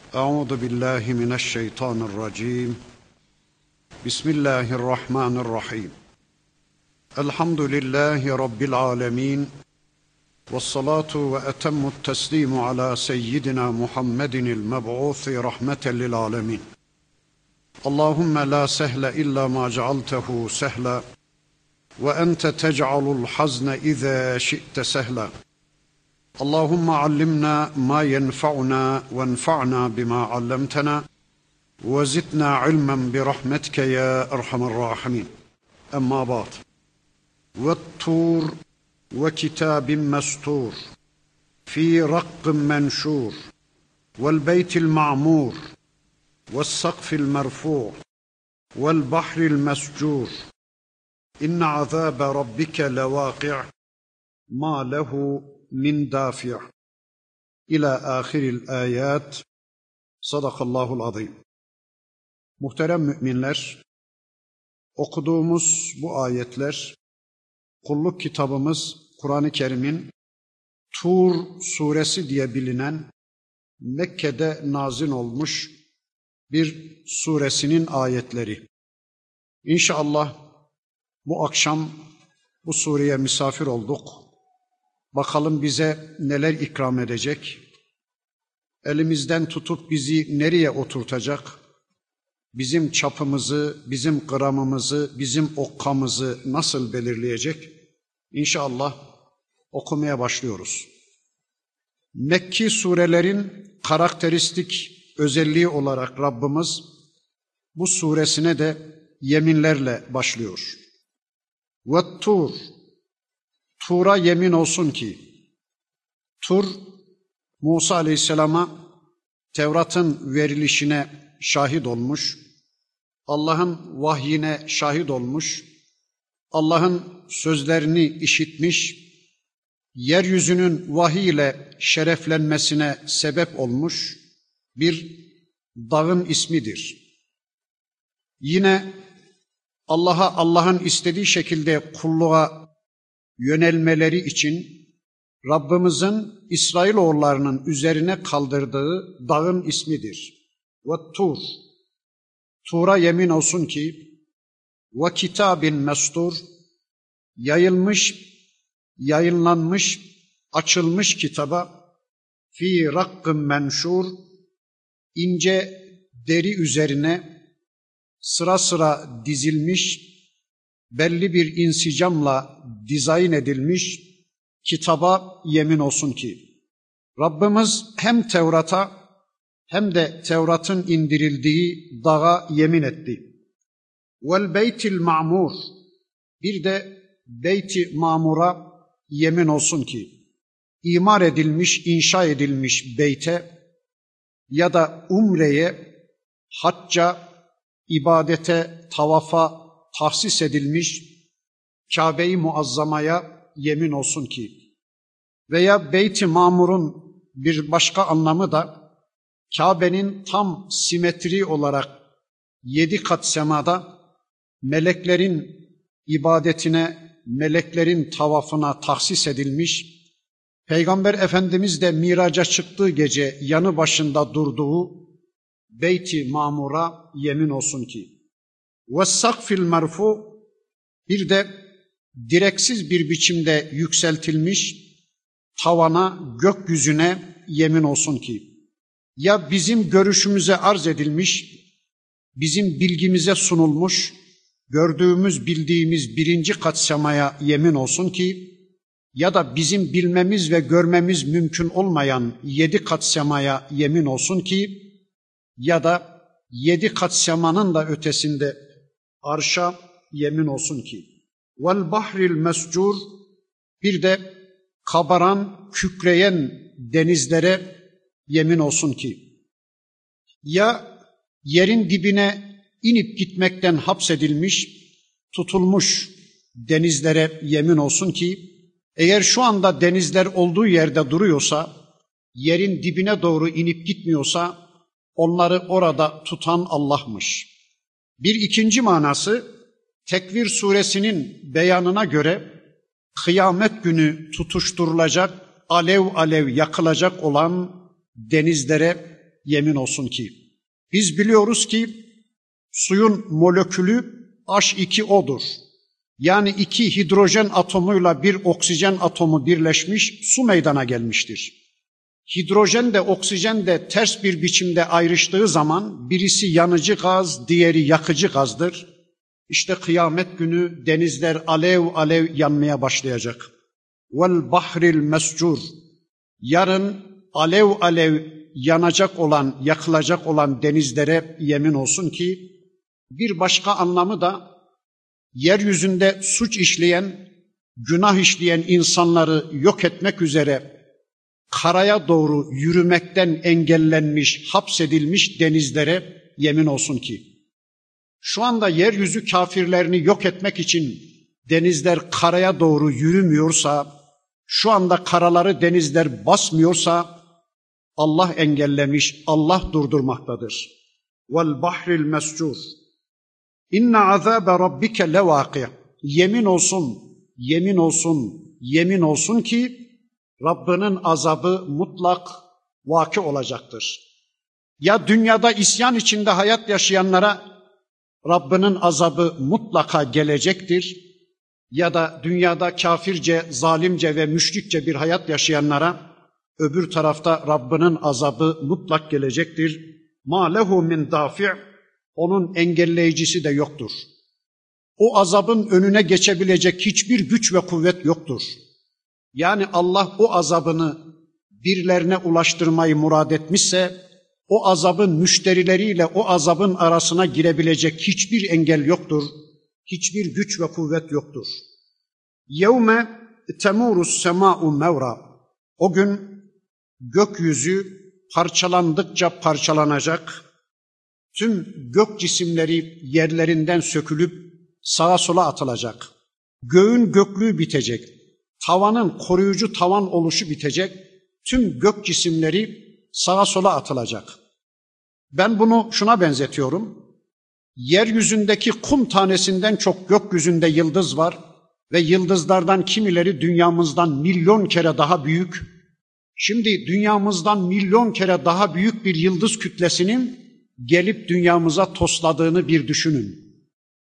أعوذ بالله من الشيطان الرجيم. بسم الله الرحمن الرحيم. الحمد لله رب العالمين، والصلاة وأتم التسليم على سيدنا محمد المبعوث رحمة للعالمين. اللهم لا سهل إلا ما جعلته سهلا، وأنت تجعل الحزن إذا شئت سهلا. اللهم علمنا ما ينفعنا وانفعنا بما علمتنا وزدنا علما برحمتك يا أرحم الراحمين. أما بعد، والطور وكتاب مسطور في رق منشور والبيت المعمور والسقف المرفوع والبحر المسجور إن عذاب ربك لواقع ما له min dafi' ila ahiril ayat. Sadakallahul azim. Muhterem müminler, okuduğumuz bu ayetler kulluk kitabımız Kur'an-ı Kerim'in Tur suresi diye bilinen Mekke'de nazil olmuş bir suresinin ayetleri. İnşallah bu akşam bu sureye misafir olduk. Bakalım bize neler ikram edecek, elimizden tutup bizi nereye oturtacak, bizim çapımızı, bizim gramımızı, bizim okkamızı nasıl belirleyecek? İnşallah okumaya başlıyoruz. Mekki surelerin karakteristik özelliği olarak Rabbimiz bu suresine de yeminlerle başlıyor. Ve-Tur, Tur'a yemin olsun ki, Tur, Musa Aleyhisselam'a Tevrat'ın verilişine şahit olmuş, Allah'ın vahyine şahit olmuş, Allah'ın sözlerini işitmiş, yeryüzünün vahiy ile şereflenmesine sebep olmuş bir dağın ismidir. Yine Allah'ın istediği şekilde kulluğa yönelmeleri için Rabbimizin İsrailoğullarının üzerine kaldırdığı dağın ismidir. Ve-Tur, Tur'a yemin olsun ki, ve kitabin mestur, yayılmış, yayınlanmış, açılmış kitaba, fi rakkın menşur, ince deri üzerine sıra sıra dizilmiş, belli bir insicamla dizayn edilmiş kitaba yemin olsun ki, Rabbimiz hem Tevrat'a hem de Tevrat'ın indirildiği dağa yemin etti. Vel beytil ma'mur, bir de Beyt-i Mamur'a yemin olsun ki, imar edilmiş, inşa edilmiş beyte ya da umreye, hacca, ibadete, tavafa tahsis edilmiş Kabe-i Muazzama'ya yemin olsun ki, veya Beyt-i Mamur'un bir başka anlamı da Kabe'nin tam simetri olarak 7 kat semada meleklerin ibadetine, meleklerin tavafına tahsis edilmiş, Peygamber Efendimiz de miraca çıktığı gece yanı başında durduğu Beyt-i Mamur'a yemin olsun ki, وَالسَّقْفِ الْمَرْفُ, bir de direksiz bir biçimde yükseltilmiş tavana, gökyüzüne yemin olsun ki, ya bizim görüşümüze arz edilmiş, bizim bilgimize sunulmuş, gördüğümüz, bildiğimiz 1. kat semaya yemin olsun ki, ya da bizim bilmemiz ve görmemiz mümkün olmayan 7 kat semaya yemin olsun ki, ya da 7 kat semanın da ötesinde arşa yemin olsun ki, vel bahril mescur, bir de kabaran, kükreyen denizlere yemin olsun ki, ya yerin dibine inip gitmekten hapsedilmiş, tutulmuş denizlere yemin olsun ki, eğer şu anda denizler olduğu yerde duruyorsa, yerin dibine doğru inip gitmiyorsa, onları orada tutan Allah'mış. Bir ikinci manası, Tekvir suresinin beyanına göre kıyamet günü tutuşturulacak, alev alev yakılacak olan denizlere yemin olsun ki. Biz biliyoruz ki suyun molekülü H2O'dur. Yani 2 hidrojen atomuyla bir oksijen atomu birleşmiş su meydana gelmiştir. Hidrojen de oksijen de ters bir biçimde ayrıştığı zaman birisi yanıcı gaz, diğeri yakıcı gazdır. İşte kıyamet günü denizler alev alev yanmaya başlayacak. Vel bahril mescur. Yarın alev alev yanacak olan, yakılacak olan denizlere yemin olsun ki, bir başka anlamı da yeryüzünde suç işleyen, günah işleyen insanları yok etmek üzere karaya doğru yürümekten engellenmiş, hapsedilmiş denizlere yemin olsun ki, şu anda yeryüzü kafirlerini yok etmek için denizler karaya doğru yürümüyorsa, şu anda karaları denizler basmıyorsa, Allah engellemiş, Allah durdurmaktadır. Vel bahril mescur. İnne azâbe rabbike levâki. Yemin olsun, yemin olsun, yemin olsun ki Rabbinin azabı mutlak vaki olacaktır. Ya dünyada isyan içinde hayat yaşayanlara Rabbinin azabı mutlaka gelecektir, ya da dünyada kafirce, zalimce ve müşrikçe bir hayat yaşayanlara öbür tarafta Rabbinin azabı mutlak gelecektir. Ma lehu min dafi'. Onun engelleyicisi de yoktur. O azabın önüne geçebilecek hiçbir güç ve kuvvet yoktur. Yani Allah o azabını birilerine ulaştırmayı murad etmişse, o azabın müşterileriyle o azabın arasına girebilecek hiçbir engel yoktur. Hiçbir güç ve kuvvet yoktur. Yevme temurus sema'u mevra. O gün gökyüzü parçalandıkça parçalanacak. Tüm gök cisimleri yerlerinden sökülüp sağa sola atılacak. Göğün göklüğü bitecek. Tavanın koruyucu tavan oluşu bitecek. Tüm gök cisimleri sağa sola atılacak. Ben bunu şuna benzetiyorum. Yeryüzündeki kum tanesinden çok gökyüzünde yıldız var ve yıldızlardan kimileri dünyamızdan milyon kere daha büyük. Şimdi dünyamızdan milyon kere daha büyük bir yıldız kütlesinin gelip dünyamıza tosladığını bir düşünün.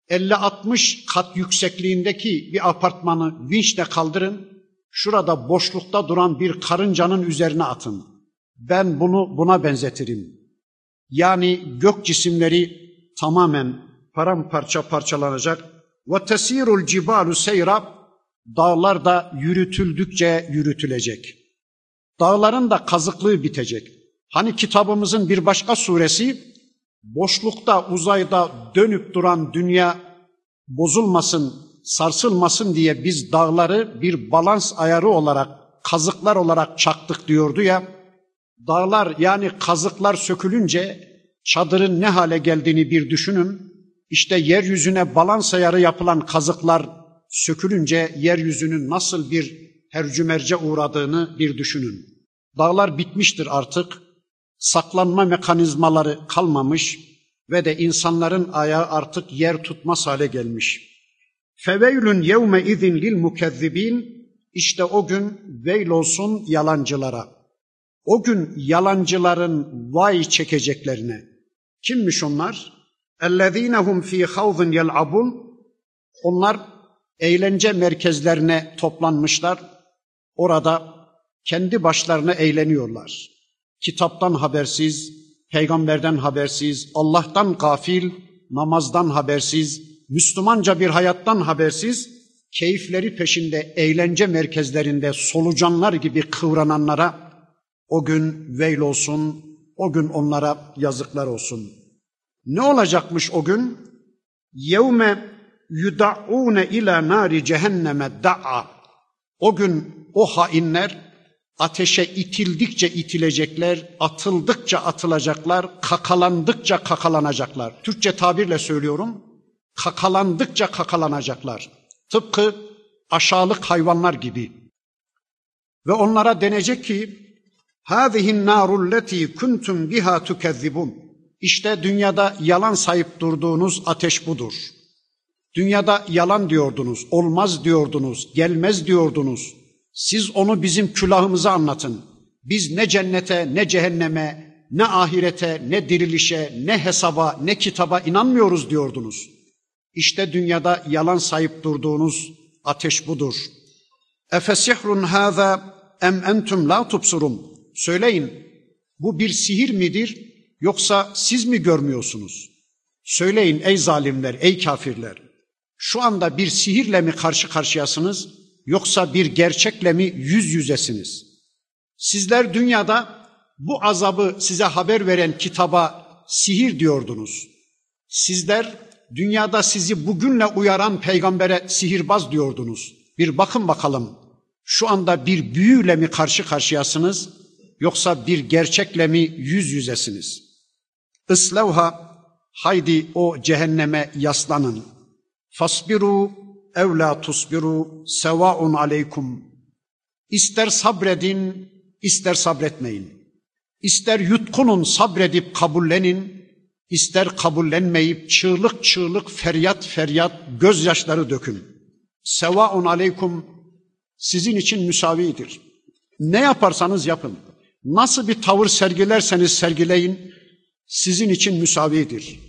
50-60 kat yüksekliğindeki bir apartmanı vinçle kaldırın, şurada boşlukta duran bir karıncanın üzerine atın. Ben bunu buna benzetirim. Yani gök cisimleri tamamen paramparça parçalanacak. Ve tesirul cibalu seyra. Dağlar da yürütüldükçe yürütülecek. Dağların da kazıklığı bitecek. Hani kitabımızın bir başka suresi, boşlukta, uzayda dönüp duran dünya bozulmasın, sarsılmasın diye biz dağları bir balans ayarı olarak, kazıklar olarak çaktık diyordu ya. Dağlar yani kazıklar sökülünce çadırın ne hale geldiğini bir düşünün. İşte yeryüzüne balans ayarı yapılan kazıklar sökülünce yeryüzünün nasıl bir hercümerce uğradığını bir düşünün. Dağlar bitmiştir artık. Saklanma mekanizmaları kalmamış ve de insanların ayağı artık yer tutmaz hale gelmiş. Feveylün yevme izin lil mukezzibin. İşte o gün veil olsun yalancılara. O gün yalancıların vay çekeceklerine. Kimmiş onlar? Ellezinehum fi havzin yel'abun. Onlar eğlence merkezlerine toplanmışlar. Orada kendi başlarına eğleniyorlar. Kitaptan habersiz, peygamberden habersiz, Allah'tan gafil, namazdan habersiz, Müslümanca bir hayattan habersiz, keyifleri peşinde eğlence merkezlerinde solucanlar gibi kıvrananlara o gün veil olsun, o gün onlara yazıklar olsun. Ne olacakmış o gün? Yevme yuda'une ila nari cehenneme da'a. O gün o hainler ateşe itildikçe itilecekler, atıldıkça atılacaklar, kakalandıkça kakalanacaklar. Türkçe tabirle söylüyorum, kakalandıkça kakalanacaklar. Tıpkı aşağılık hayvanlar gibi. Ve onlara denecek ki, هَذِهِ النَّارُ الَّتِي كُنْتُمْ بِهَا تُكَذِّبُونَ. İşte dünyada yalan sayıp durduğunuz ateş budur. Dünyada yalan diyordunuz, olmaz diyordunuz, gelmez diyordunuz. Siz onu bizim külahımıza anlatın. Biz ne cennete, ne cehenneme, ne ahirete, ne dirilişe, ne hesaba, ne kitaba inanmıyoruz diyordunuz. İşte dünyada yalan sayıp durduğunuz ateş budur. Efesihrun hâzâ em entum la tubsurun. Söyleyin, bu bir sihir midir yoksa siz mi görmüyorsunuz? Söyleyin ey zalimler, ey kafirler. Şu anda bir sihirle mi karşı karşıyasınız yoksa bir gerçekle mi yüz yüzesiniz? Sizler dünyada bu azabı size haber veren kitaba sihir diyordunuz. Sizler dünyada sizi bugünle uyaran peygambere sihirbaz diyordunuz. Bir bakın bakalım, şu anda bir büyüyle mi karşı karşıyasınız yoksa bir gerçekle mi yüz yüzesiniz? Islevha, haydi o cehenneme yaslanın. Fasbiru ev la tusbiru sevaun aleykum. İster sabredin, ister sabretmeyin. İster yutkunun, sabredip kabullenin, ister kabullenmeyip çığlık çığlık, feryat feryat, gözyaşları dökün. Sevaun aleykum, sizin için müsavidir. Ne yaparsanız yapın, nasıl bir tavır sergilerseniz sergileyin, sizin için müsavidir.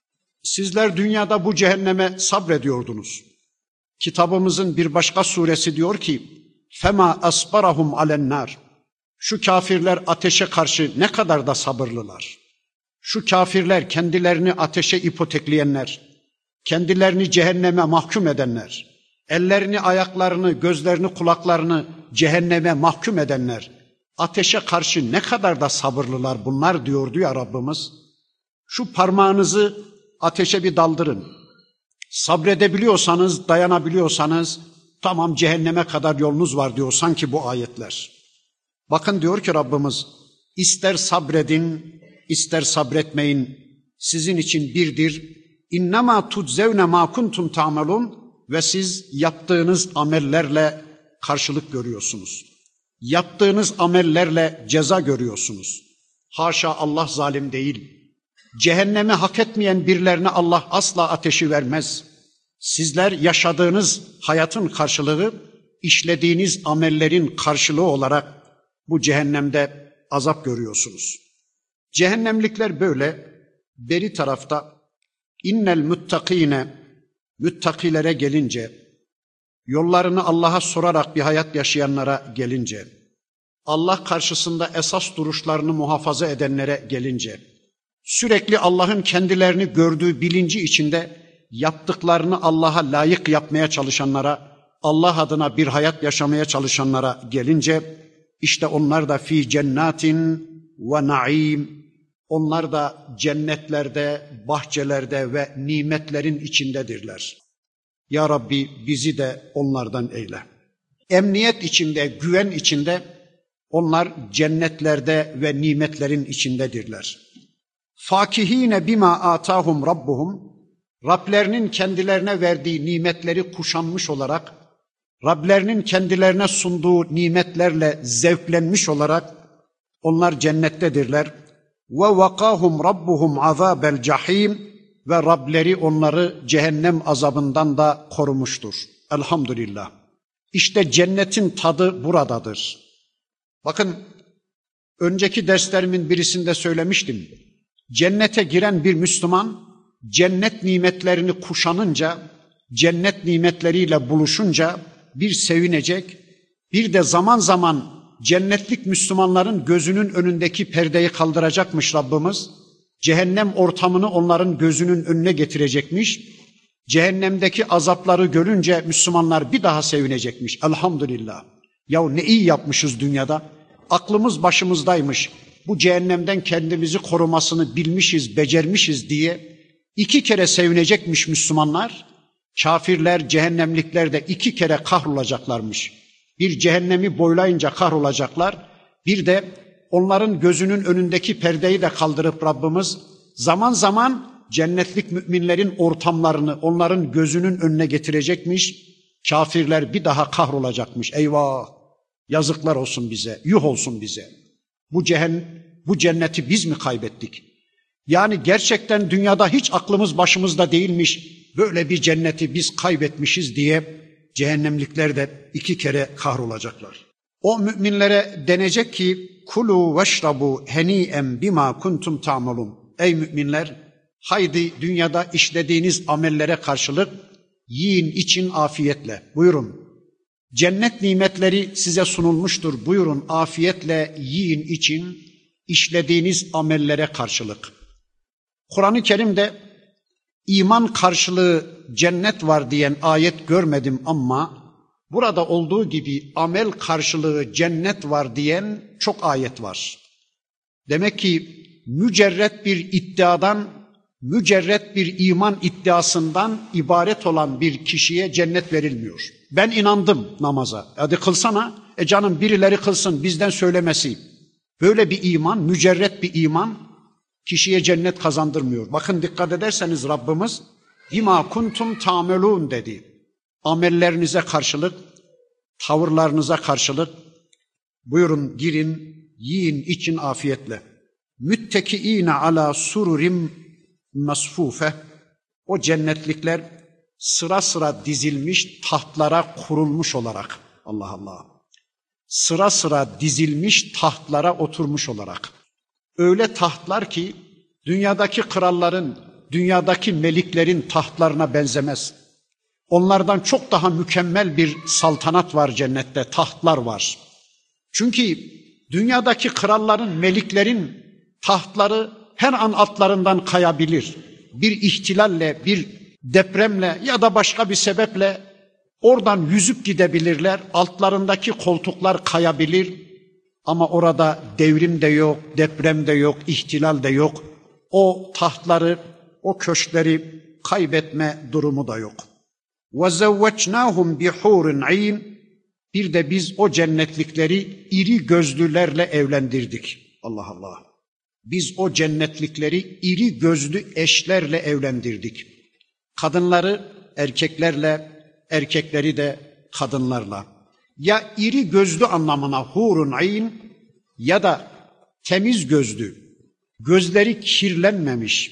Sizler dünyada bu cehenneme sabrediyordunuz. Kitabımızın bir başka suresi diyor ki, فَمَا أَصْبَرَهُمْ عَلَى النَّارِ. Şu kafirler ateşe karşı ne kadar da sabırlılar. Şu kafirler kendilerini ateşe ipotekleyenler, kendilerini cehenneme mahkum edenler, ellerini, ayaklarını, gözlerini, kulaklarını cehenneme mahkum edenler, ateşe karşı ne kadar da sabırlılar bunlar diyordu ya Rabbimiz. Şu parmağınızı ateşe bir daldırın. Sabredebiliyorsanız, dayanabiliyorsanız tamam, cehenneme kadar yolunuz var diyor sanki bu ayetler. Bakın diyor ki Rabbimiz, ister sabredin, ister sabretmeyin, sizin için birdir. İnnemâ tuczevne mâ kuntum ta'melun, ve siz yaptığınız amellerle karşılık görüyorsunuz. Yaptığınız amellerle ceza görüyorsunuz. Haşa, Allah zalim değil. Cehennemi hak etmeyen birilerine Allah asla ateşi vermez. Sizler yaşadığınız hayatın karşılığı, işlediğiniz amellerin karşılığı olarak bu cehennemde azap görüyorsunuz. Cehennemlikler böyle. Beri tarafta innel muttakine, müttakilere gelince, yollarını Allah'a sorarak bir hayat yaşayanlara gelince, Allah karşısında esas duruşlarını muhafaza edenlere gelince, sürekli Allah'ın kendilerini gördüğü bilinci içinde yaptıklarını Allah'a layık yapmaya çalışanlara, Allah adına bir hayat yaşamaya çalışanlara gelince, işte onlar da fi cennatin ve naim, onlar da cennetlerde, bahçelerde ve nimetlerin içindedirler. Ya Rabbi bizi de onlardan eyle. Emniyet içinde, güven içinde, onlar cennetlerde ve nimetlerin içindedirler. Fakihine bima atahum rabbuhum, Rablerinin kendilerine verdiği nimetleri kuşanmış olarak, Rablerinin kendilerine sunduğu nimetlerle zevklenmiş olarak onlar cennettedirler. Ve vakahum rabbuhum azabel cahim, ve Rableri onları cehennem azabından da korumuştur. Elhamdülillah. İşte cennetin tadı buradadır. Bakın, önceki derslerimin birisinde söylemiştim. Cennete giren bir Müslüman, cennet nimetlerini kuşanınca, cennet nimetleriyle buluşunca bir sevinecek, bir de zaman zaman cennetlik Müslümanların gözünün önündeki perdeyi kaldıracakmış Rabbimiz. Cehennem ortamını onların gözünün önüne getirecekmiş. Cehennemdeki azapları görünce Müslümanlar bir daha sevinecekmiş. Elhamdülillah. Ya ne iyi yapmışız dünyada. Aklımız başımızdaymış. Bu cehennemden kendimizi korumasını bilmişiz, becermişiz diye 2 kere sevinecekmiş Müslümanlar. Kafirler, cehennemlikler de 2 kere kahrolacaklarmış. Bir cehennemi boylayınca kahrolacaklar. Bir de onların gözünün önündeki perdeyi de kaldırıp Rabbimiz zaman zaman cennetlik müminlerin ortamlarını onların gözünün önüne getirecekmiş. Kafirler bir daha kahrolacakmış. Eyvah! Yazıklar olsun bize, yuh olsun bize. Bu cenneti biz mi kaybettik? Yani gerçekten dünyada hiç aklımız başımızda değilmiş. Böyle bir cenneti biz kaybetmişiz diye cehennemlikler de 2 kere kahrolacaklar. O müminlere denecek ki kulu veşrabu heni'en bima kuntum ta'malun. Ey müminler, haydi dünyada işlediğiniz amellere karşılık yiyin için afiyetle. Buyurun. Cennet nimetleri size sunulmuştur. Buyurun afiyetle yiyin için işlediğiniz amellere karşılık. Kur'an-ı Kerim'de iman karşılığı cennet var diyen ayet görmedim ama burada olduğu gibi amel karşılığı cennet var diyen çok ayet var. Demek ki mücerret bir iddiadan, mücerret bir iman iddiasından ibaret olan bir kişiye cennet verilmiyor. Ben inandım namaza. Hadi kılsana. Canım birileri kılsın bizden söylemesi. Böyle bir iman, mücerret bir iman kişiye cennet kazandırmıyor. Bakın dikkat ederseniz Rabbimiz bima kuntum ta'melun dedi. Amellerinize karşılık, tavırlarınıza karşılık buyurun girin, yiyin için afiyetle. Müttekiine ala sururim masfufe. O cennetlikler sıra sıra dizilmiş tahtlara kurulmuş olarak. Allah Allah. Sıra sıra dizilmiş tahtlara oturmuş olarak. Öyle tahtlar ki dünyadaki kralların, dünyadaki meliklerin tahtlarına benzemez. Onlardan çok daha mükemmel bir saltanat var cennette, tahtlar var. Çünkü dünyadaki kralların, meliklerin tahtları her an altlarından kayabilir. Bir ihtilalle, bir depremle ya da başka bir sebeple oradan yüzüp gidebilirler. Altlarındaki koltuklar kayabilir. Ama orada devrim de yok, deprem de yok, ihtilal de yok. O tahtları, o köşkleri kaybetme durumu da yok. وَزَوَّجْنَاهُمْ بِحُورٍ عَيْنٍ. Bir de biz o cennetlikleri iri gözlülerle evlendirdik. Allah Allah. Biz o cennetlikleri iri gözlü eşlerle evlendirdik. Kadınları erkeklerle, erkekleri de kadınlarla. Ya iri gözlü anlamına hurun ayn ya da temiz gözlü, gözleri kirlenmemiş,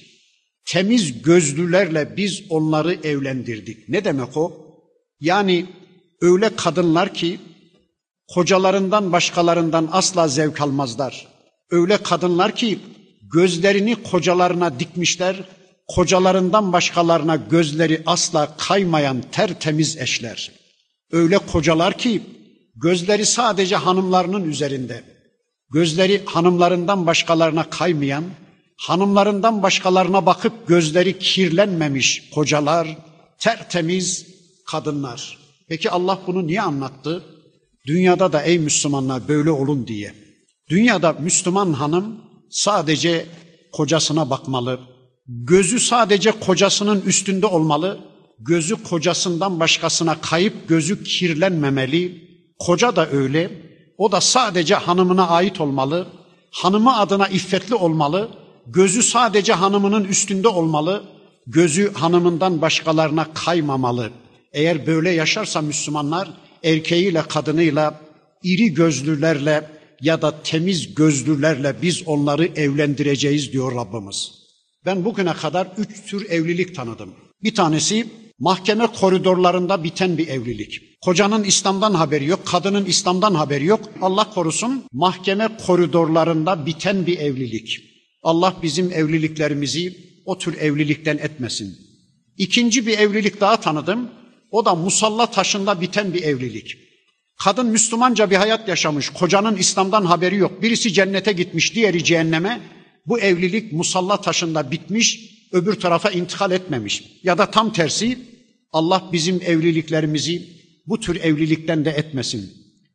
temiz gözlülerle biz onları evlendirdik. Ne demek o? Yani öyle kadınlar ki kocalarından başkalarından asla zevk almazlar. Öyle kadınlar ki gözlerini kocalarına dikmişler, kocalarından başkalarına gözleri asla kaymayan tertemiz eşler. Öyle kocalar ki gözleri sadece hanımlarının üzerinde, gözleri hanımlarından başkalarına kaymayan, hanımlarından başkalarına bakıp gözleri kirlenmemiş kocalar, tertemiz kadınlar. Peki Allah bunu niye anlattı? Dünyada da ey Müslümanlar böyle olun diye. Dünyada Müslüman hanım sadece kocasına bakmalı, gözü sadece kocasının üstünde olmalı, gözü kocasından başkasına kayıp gözü kirlenmemeli. Koca da öyle, o da sadece hanımına ait olmalı, hanımı adına iffetli olmalı, gözü sadece hanımının üstünde olmalı, gözü hanımından başkalarına kaymamalı. Eğer böyle yaşarsa Müslümanlar erkeğiyle kadınıyla, iri gözlülerle ya da temiz gözlülerle biz onları evlendireceğiz diyor Rabbimiz. Ben bugüne kadar 3 tür evlilik tanıdım. Bir tanesi mahkeme koridorlarında biten bir evlilik. Kocanın İslam'dan haberi yok, kadının İslam'dan haberi yok. Allah korusun mahkeme koridorlarında biten bir evlilik. Allah bizim evliliklerimizi o tür evlilikten etmesin. İkinci bir evlilik daha tanıdım. O da musalla taşında biten bir evlilik. Kadın Müslümanca bir hayat yaşamış, kocanın İslam'dan haberi yok. Birisi cennete gitmiş, diğeri cehenneme. Bu evlilik musalla taşında bitmiş, öbür tarafa intikal etmemiş. Ya da tam tersi, Allah bizim evliliklerimizi bu tür evlilikten de etmesin.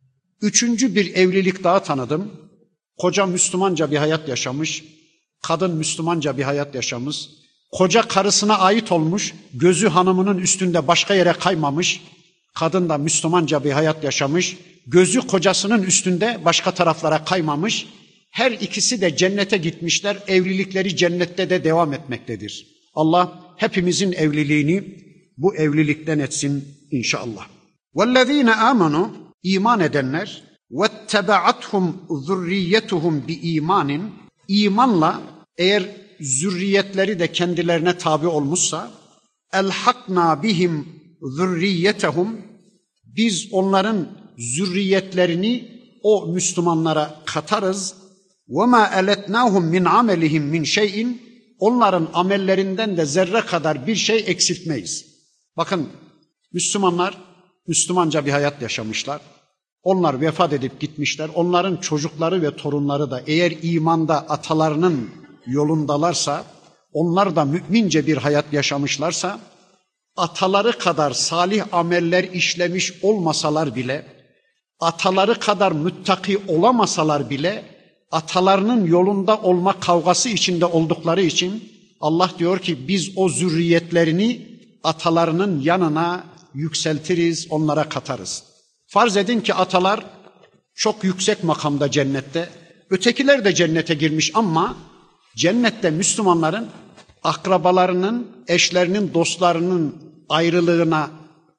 Üçüncü bir evlilik daha tanıdım. Koca Müslümanca bir hayat yaşamış, kadın Müslümanca bir hayat yaşamış. Koca karısına ait olmuş, gözü hanımının üstünde başka yere kaymamış. Kadın da Müslümanca bir hayat yaşamış, gözü kocasının üstünde başka taraflara kaymamış. Her ikisi de cennete gitmişler, evlilikleri cennette de devam etmektedir. Allah hepimizin evliliğini bu evlilikten etsin inşallah. وَالَّذ۪ينَ آمَنُوا iman edenler وَاتَّبَعَتْهُمْ ذُرِّيَّتُهُمْ بِإِيمَانٍ imanla eğer zürriyetleri de kendilerine tabi olmuşsa اَلْحَقْنَا بِهِمْ ذُرِّيَّتَهُمْ biz onların zürriyetlerini o Müslümanlara katarız. وَمَا أَلَتْنَاهُمْ مِنْ عَمَلِهِمْ مِنْ شَيْءٍ Onların amellerinden de zerre kadar bir şey eksiltmeyiz. Bakın Müslümanlar Müslümanca bir hayat yaşamışlar. Onlar vefat edip gitmişler. Onların çocukları ve torunları da eğer imanda atalarının yolundalarsa, onlar da mümince bir hayat yaşamışlarsa, ataları kadar salih ameller işlemiş olmasalar bile, ataları kadar müttaki olamasalar bile, atalarının yolunda olma kavgası içinde oldukları için Allah diyor ki biz o zürriyetlerini atalarının yanına yükseltiriz, onlara katarız. Farz edin ki atalar çok yüksek makamda cennette, ötekiler de cennete girmiş ama cennette Müslümanların akrabalarının, eşlerinin, dostlarının ayrılığına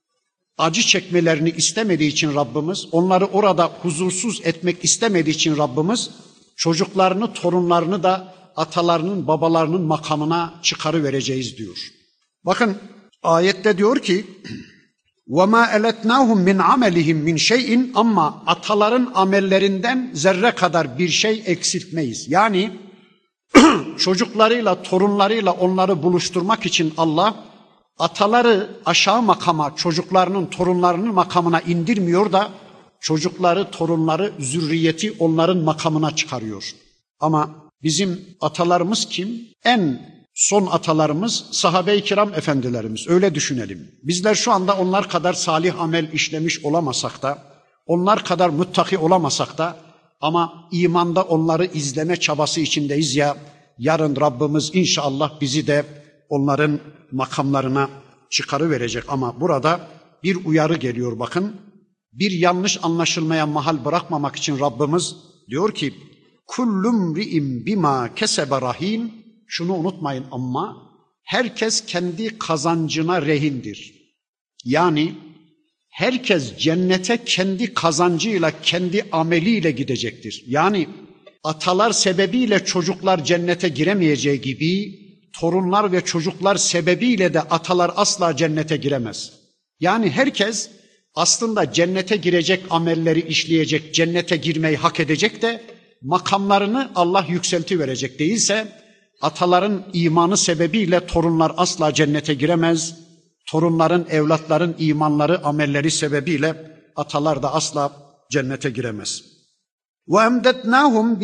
acı çekmelerini istemediği için Rabbimiz, onları orada huzursuz etmek istemediği için Rabbimiz, çocuklarını, torunlarını da atalarının, babalarının makamına çıkarıvereceğiz diyor. Bakın ayette diyor ki وَمَا أَلَتْنَاهُمْ مِنْ عَمَلِهِمْ مِنْ شَيْءٍ Ama ataların amellerinden zerre kadar bir şey eksiltmeyiz. Yani çocuklarıyla, torunlarıyla onları buluşturmak için Allah ataları aşağı makama, çocuklarının, torunlarının makamına indirmiyor da çocukları, torunları, zürriyeti onların makamına çıkarıyor. Ama bizim atalarımız kim? En son atalarımız sahabe-i kiram efendilerimiz. Öyle düşünelim. Bizler şu anda onlar kadar salih amel işlemiş olamasak da, onlar kadar muttaki olamasak da ama imanda onları izleme çabası içindeyiz ya, yarın Rabbimiz inşallah bizi de onların makamlarına çıkarıverecek. Ama burada bir uyarı geliyor bakın. Bir yanlış anlaşılmaya mahal bırakmamak için Rabbimiz diyor ki kullum ri'im bima kesebe rahin. Şunu unutmayın ama herkes kendi kazancına rehindir. Yani herkes cennete kendi kazancıyla, kendi ameliyle gidecektir. Yani atalar sebebiyle çocuklar cennete giremeyeceği gibi torunlar ve çocuklar sebebiyle de atalar asla cennete giremez. Yani herkes aslında cennete girecek amelleri işleyecek, cennete girmeyi hak edecek de makamlarını Allah yükseltiverecek. Değilse ataların imanı sebebiyle torunlar asla cennete giremez. Torunların, evlatların imanları, amelleri sebebiyle atalar da asla cennete giremez. وَاَمْدَدْنَاهُمْ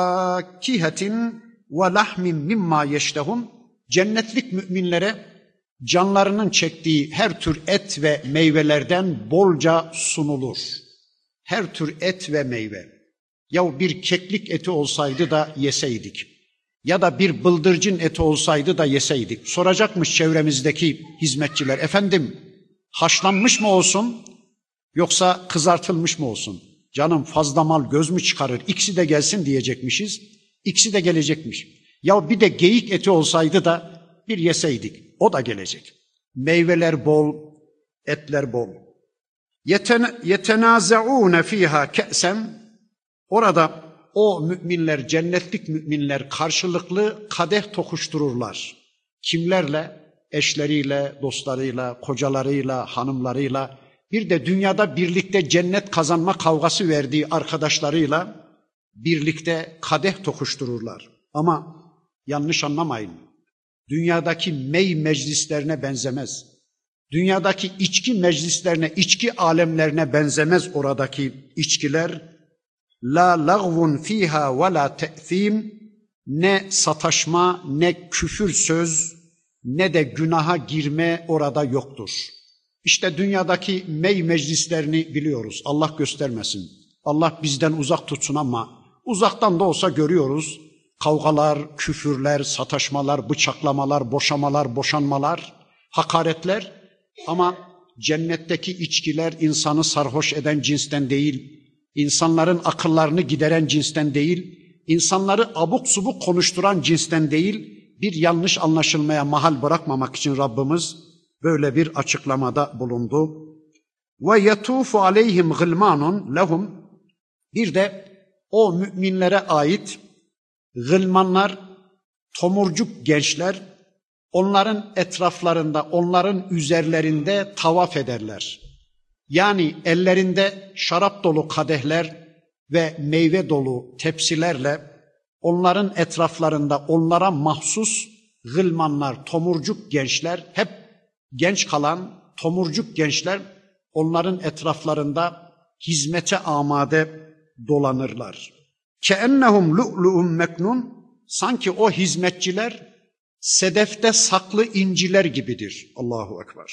بِفَاكِهَةٍ وَلَحْمٍ مِمَّا يَشْتَهُونَ Cennetlik müminlere canlarının çektiği her tür et ve meyvelerden bolca sunulur. Her tür et ve meyve. Ya bir keklik eti olsaydı da yeseydik. Ya da bir bıldırcın eti olsaydı da yeseydik. Soracakmış çevremizdeki hizmetçiler, efendim haşlanmış mı olsun yoksa kızartılmış mı olsun? Canım fazla mal göz mü çıkarır? İkisi de gelsin diyecekmişiz. İkisi de gelecekmiş. Ya bir de geyik eti olsaydı da bir yeseydik. O da gelecek. Meyveler bol, etler bol. يَتَنَازَعُونَ ف۪يهَا كَأْسًا Orada o müminler, cennetlik müminler karşılıklı kadeh tokuştururlar. Kimlerle? Eşleriyle, dostlarıyla, kocalarıyla, hanımlarıyla, bir de dünyada birlikte cennet kazanma kavgası verdiği arkadaşlarıyla birlikte kadeh tokuştururlar. Ama yanlış anlamayın, dünyadaki mey meclislerine benzemez. Dünyadaki içki meclislerine, içki alemlerine benzemez oradaki içkiler. La lagvun fiha ve la te'thim Ne sataşma, ne küfür söz, ne de günaha girme orada yoktur. İşte dünyadaki mey meclislerini biliyoruz. Allah göstermesin. Allah bizden uzak tutsun ama uzaktan da olsa görüyoruz. Kavgalar, küfürler, sataşmalar, bıçaklamalar, boşamalar, boşanmalar, hakaretler. Ama cennetteki içkiler insanı sarhoş eden cinsten değil, insanların akıllarını gideren cinsten değil, insanları abuk subuk konuşturan cinsten değil, bir yanlış anlaşılmaya mahal bırakmamak için Rabbimiz böyle bir açıklamada bulundu. Ve yetufu aleyhim gılmanun lehum Bir de o müminlere ait gılmanlar, tomurcuk gençler, onların etraflarında, onların üzerlerinde tavaf ederler. Yani ellerinde şarap dolu kadehler, ve meyve dolu tepsilerle onların etraflarında onlara mahsus gılmanlar, tomurcuk gençler, hep genç kalan tomurcuk gençler onların etraflarında hizmete amade dolanırlar. Keennehum lu'lu'un meknun, sanki o hizmetçiler sedefte saklı inciler gibidir. Allahu Ekber.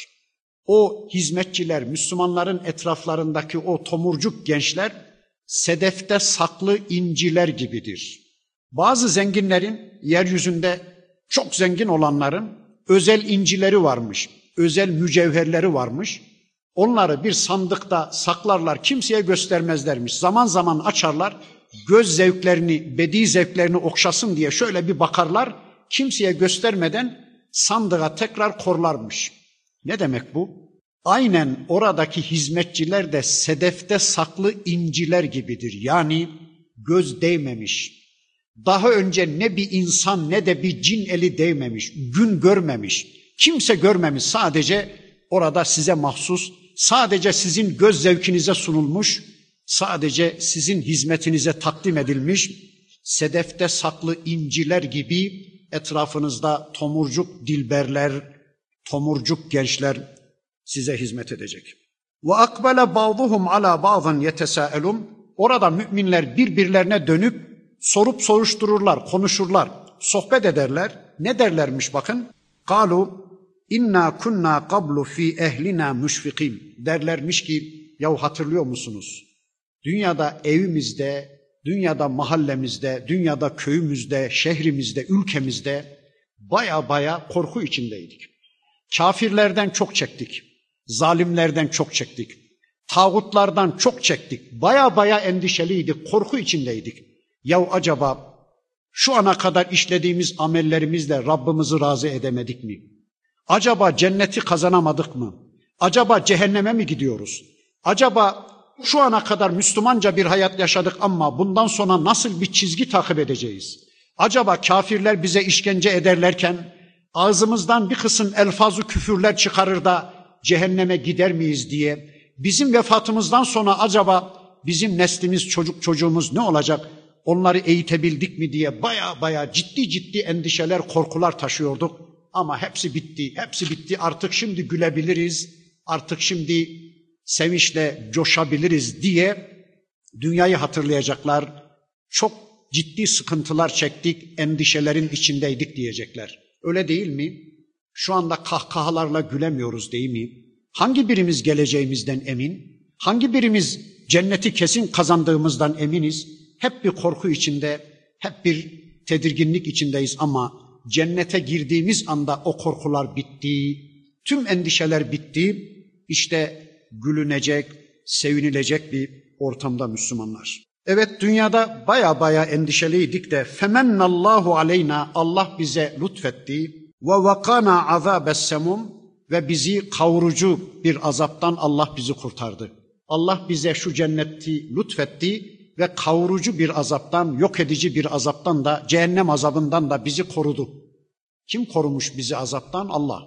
O hizmetçiler, Müslümanların etraflarındaki o tomurcuk gençler sedefte saklı inciler gibidir. Bazı zenginlerin, yeryüzünde çok zengin olanların özel incileri varmış, özel mücevherleri varmış. Onları bir sandıkta saklarlar, kimseye göstermezlermiş. Zaman zaman açarlar, göz zevklerini, bedi zevklerini okşasın diye şöyle bir bakarlar, kimseye göstermeden sandığa tekrar korlarmış. Ne demek bu? Aynen oradaki hizmetçiler de sedefte saklı inciler gibidir. Yani göz değmemiş. Daha önce ne bir insan ne de bir cin eli değmemiş, gün görmemiş. Kimse görmemiş, sadece orada size mahsus, sadece sizin göz zevkinize sunulmuş, sadece sizin hizmetinize takdim edilmiş, sedefte saklı inciler gibi etrafınızda tomurcuk dilberler, tomurcuk gençler size hizmet edecek. Ve akbele ba'duhum ala ba'din yetesâelun. Orada müminler birbirlerine dönüp sorup soruştururlar, konuşurlar, sohbet ederler. Ne derlermiş bakın? Kalu inna kunna qablu fi ehlina müşfikin. Derlermiş ki, yahu hatırlıyor musunuz? Dünyada evimizde, dünyada mahallemizde, dünyada köyümüzde, şehrimizde, ülkemizde baya korku içindeydik. Kafirlerden çok çektik, zalimlerden çok çektik, tağutlardan çok çektik, baya endişeliydik, korku içindeydik. Yahu acaba şu ana kadar işlediğimiz amellerimizle Rabbimizi razı edemedik mi? Acaba cenneti kazanamadık mı? Acaba cehenneme mi gidiyoruz? Acaba şu ana kadar Müslümanca bir hayat yaşadık ama bundan sonra nasıl bir çizgi takip edeceğiz? Acaba kafirler bize işkence ederlerken ağzımızdan bir kısım elfazı küfürler çıkarır da cehenneme gider miyiz diye, bizim vefatımızdan sonra acaba bizim neslimiz, çocuğumuz ne olacak? Onları eğitebildik mi diye baya ciddi endişeler, korkular taşıyorduk. Ama hepsi bitti. Artık şimdi gülebiliriz, artık şimdi sevinçle coşabiliriz diye dünyayı hatırlayacaklar. Çok ciddi sıkıntılar çektik, endişelerin içindeydik diyecekler. Öyle değil mi? Şu anda kahkahalarla gülemiyoruz değil mi? Hangi birimiz geleceğimizden emin? Hangi birimiz cenneti kesin kazandığımızdan eminiz? Hep bir korku içinde, hep bir tedirginlik içindeyiz ama cennete girdiğimiz anda o korkular bitti, tüm endişeler bitti. İşte gülünecek, sevinilecek bir ortamda Müslümanlar. Evet, dünyada baya endişeliydik de femennallahu aleyna, Allah bize lütfetti ve vakana azabes semum, ve bizi kavurucu bir azaptan Allah bizi kurtardı. Allah bize şu cenneti lütfetti ve kavurucu bir azaptan, yok edici bir azaptan da, cehennem azabından da bizi korudu. Kim korumuş bizi azaptan? Allah.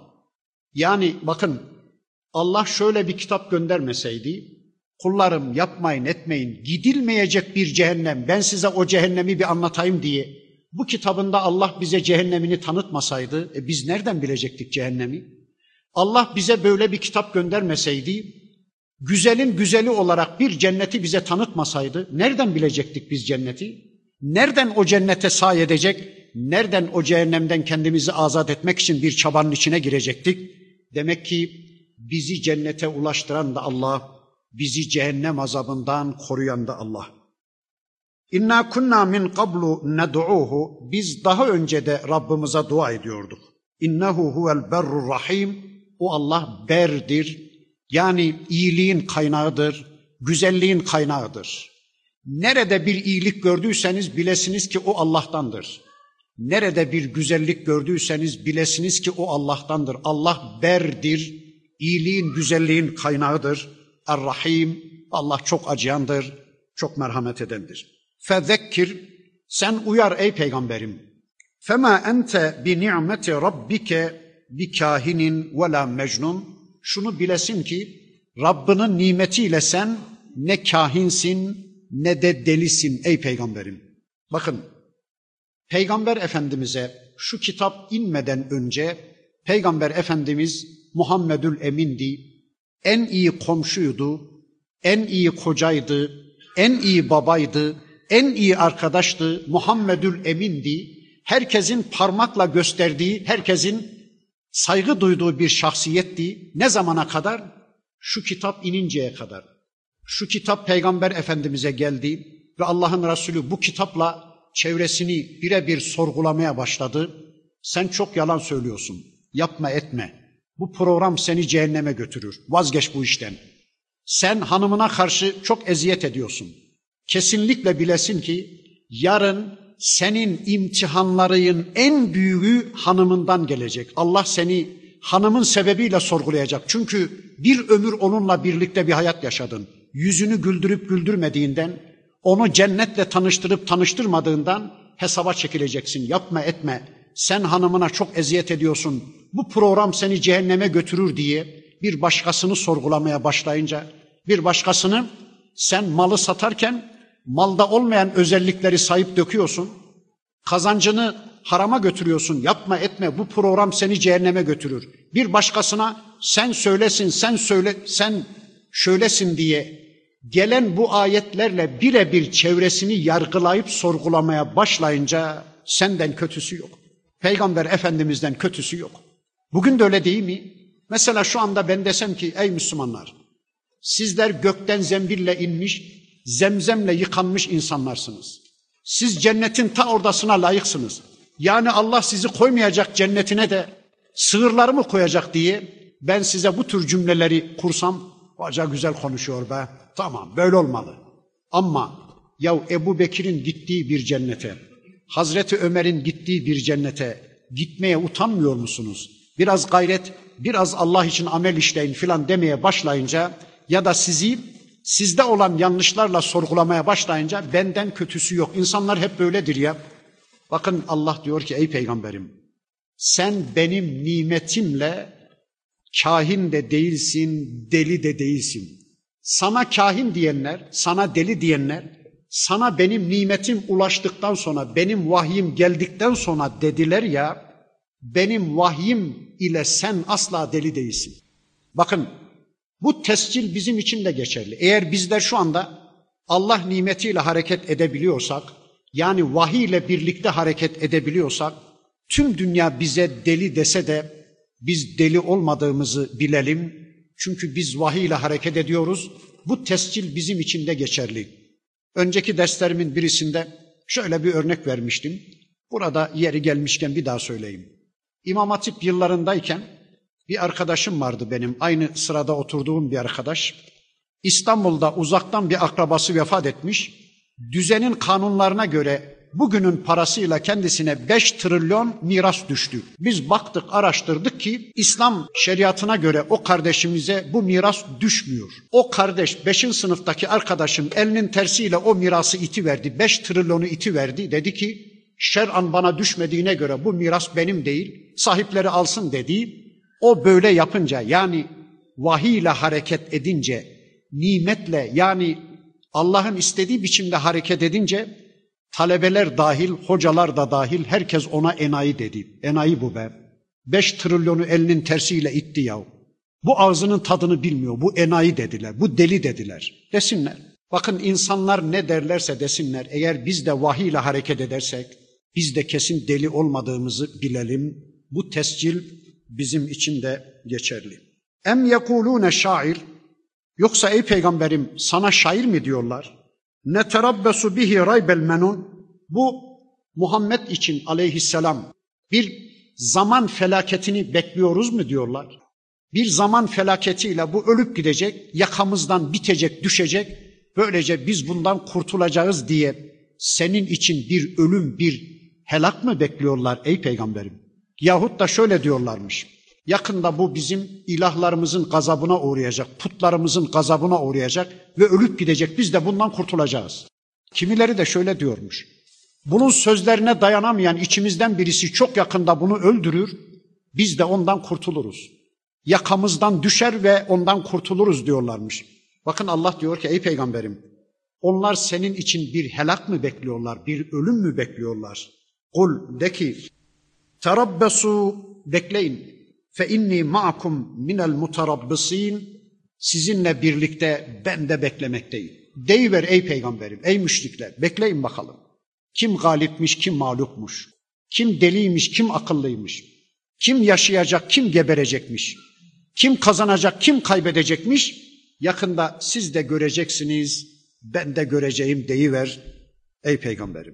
Yani bakın, Allah şöyle bir kitap göndermeseydi, kullarım yapmayın etmeyin, gidilmeyecek bir cehennem, ben size o cehennemi bir anlatayım diye, bu kitabında Allah bize cehennemini tanıtmasaydı, biz nereden bilecektik cehennemi? Allah bize böyle bir kitap göndermeseydi, güzelin güzeli olarak bir cenneti bize tanıtmasaydı, nereden bilecektik biz cenneti? Nereden o cennete sahi edecek? Nereden o cehennemden kendimizi azat etmek için bir çabanın içine girecektik? Demek ki bizi cennete ulaştıran da Allah, bizi cehennem azabından koruyan da Allah. İnna kunna min qablu ned'uhu, biz daha önce de Rabbimize dua ediyorduk. İnnehu huvel berrur rahim, o Allah berdir. Yani iyiliğin kaynağıdır, güzelliğin kaynağıdır. Nerede bir iyilik gördüyseniz bilesiniz ki o Allah'tandır. Nerede bir güzellik gördüyseniz bilesiniz ki o Allah'tandır. Allah berdir, iyiliğin, güzelliğin kaynağıdır. Er-Rahim, Allah çok acıyandır, çok merhamet edendir. Fezekkir, sen uyar ey peygamberim. Fema ente bi ni'meti rabbike bi kahinin ve la mecnun. Şunu bilesin ki Rabbinin nimetiyle sen ne kahinsin, ne de delisin ey peygamberim. Bakın, Peygamber Efendimiz'e şu kitap inmeden önce Peygamber Efendimiz Muhammedül Emin'di, en iyi komşuydu, en iyi kocaydı, en iyi babaydı, en iyi arkadaştı, Muhammedül Emin'di. Herkesin parmakla gösterdiği, herkesin saygı duyduğu bir şahsiyetti. Ne zamana kadar? Şu kitap ininceye kadar. Şu kitap Peygamber Efendimiz'e geldi ve Allah'ın Resulü bu kitapla çevresini birebir sorgulamaya başladı. Sen çok yalan söylüyorsun, yapma etme. Bu program seni cehenneme götürür, vazgeç bu işten. Sen hanımına karşı çok eziyet ediyorsun. Kesinlikle bilesin ki yarın senin imtihanların en büyüğü hanımından gelecek. Allah seni hanımın sebebiyle sorgulayacak. Çünkü bir ömür onunla birlikte bir hayat yaşadın. Yüzünü güldürüp güldürmediğinden, onu cennetle tanıştırıp tanıştırmadığından hesaba çekileceksin. Yapma etme. Sen hanımına çok eziyet ediyorsun. Bu program seni cehenneme götürür diye bir başkasını sorgulamaya başlayınca, bir başkasını sen malı satarken malda olmayan özellikleri sayıp döküyorsun. Kazancını harama götürüyorsun. Yapma etme. Bu program seni cehenneme götürür. Bir başkasına sen söylesin, sen söyle, sen şöylesin diye gelen bu ayetlerle birebir çevresini yargılayıp sorgulamaya başlayınca senden kötüsü yok. Peygamber Efendimiz'den kötüsü yok. Bugün de öyle değil mi? Mesela şu anda ben desem ki ey Müslümanlar, sizler gökten zembille inmiş, zemzemle yıkanmış insanlarsınız. Siz cennetin ta ordasına layıksınız. Yani Allah sizi koymayacak cennetine de sığırları mı koyacak diye ben size bu tür cümleleri kursam, hoca güzel konuşuyor be, tamam böyle olmalı. Ama ya Ebu Bekir'in gittiği bir cennete, Hazreti Ömer'in gittiği bir cennete gitmeye utanmıyor musunuz? Biraz gayret, biraz Allah için amel işleyin filan demeye başlayınca ya da sizi sizde olan yanlışlarla sorgulamaya başlayınca benden kötüsü yok. İnsanlar hep böyledir ya. Bakın Allah diyor ki ey peygamberim, sen benim nimetimle kahin de değilsin, deli de değilsin. Sana kahin diyenler, sana deli diyenler, sana benim nimetim ulaştıktan sonra, benim vahyim geldikten sonra dediler ya, benim vahyim ile sen asla deli değilsin. Bakın, bu tescil bizim için de geçerli. Eğer bizler şu anda Allah nimetiyle hareket edebiliyorsak, yani vahiy ile birlikte hareket edebiliyorsak, tüm dünya bize deli dese de biz deli olmadığımızı bilelim. Çünkü biz vahiy ile hareket ediyoruz. Bu tescil bizim için de geçerli. Önceki derslerimin birisinde şöyle bir örnek vermiştim. Burada yeri gelmişken bir daha söyleyeyim. İmam Hatip yıllarındayken bir arkadaşım vardı benim, aynı sırada oturduğum bir arkadaş. İstanbul'da uzaktan bir akrabası vefat etmiş. Düzenin kanunlarına göre bugünün parasıyla kendisine 5 trilyon miras düştü. Biz baktık, araştırdık ki İslam şeriatına göre o kardeşimize bu miras düşmüyor. O kardeş 5. sınıftaki arkadaşım elinin tersiyle o mirası itiverdi, 5 trilyonu itiverdi. Dedi ki şer'an bana düşmediğine göre bu miras benim değil, sahipleri alsın dedi. O böyle yapınca, yani vahiy ile hareket edince, nimetle, yani Allah'ın istediği biçimde hareket edince talebeler dahil, hocalar da dahil herkes ona enayi dedi. Enayi bu be. 5 trilyonu elinin tersiyle itti yahu. Bu ağzının tadını bilmiyor. Bu enayi dediler. Bu deli dediler. Desinler. Bakın insanlar ne derlerse desinler. Eğer biz de vahiy ile hareket edersek biz de kesin deli olmadığımızı bilelim. Bu tescil bizim için de geçerli. Em yekulune şair, yoksa ey peygamberim sana şair mi diyorlar? Neterabbesu bihi raybel menun, bu Muhammed için aleyhisselam bir zaman felaketini bekliyoruz mu diyorlar? Bir zaman felaketiyle bu ölüp gidecek, yakamızdan bitecek, düşecek, böylece biz bundan kurtulacağız diye senin için bir ölüm, bir helak mı bekliyorlar ey peygamberim? Yahut da şöyle diyorlarmış, yakında bu bizim ilahlarımızın gazabına uğrayacak, putlarımızın gazabına uğrayacak ve ölüp gidecek, biz de bundan kurtulacağız. Kimileri de şöyle diyormuş, bunun sözlerine dayanamayan içimizden birisi çok yakında bunu öldürür, biz de ondan kurtuluruz. Yakamızdan düşer ve ondan kurtuluruz diyorlarmış. Bakın Allah diyor ki ey peygamberim, Onlar senin için bir helak mı bekliyorlar, bir ölüm mü bekliyorlar? Kul de ki, terabbesu, bekleyin. Fe inni ma'akum minel mutarabbisin. Sizinle birlikte ben de beklemekteyim. Deyiver ey peygamberim, ey müşrikler, bekleyin bakalım. Kim galipmiş, kim mağlupmuş? Kim deliymiş, kim akıllıymış? Kim yaşayacak, kim geberecekmiş? Kim kazanacak, kim kaybedecekmiş? Yakında siz de göreceksiniz, ben de göreceğim deyiver ey peygamberim.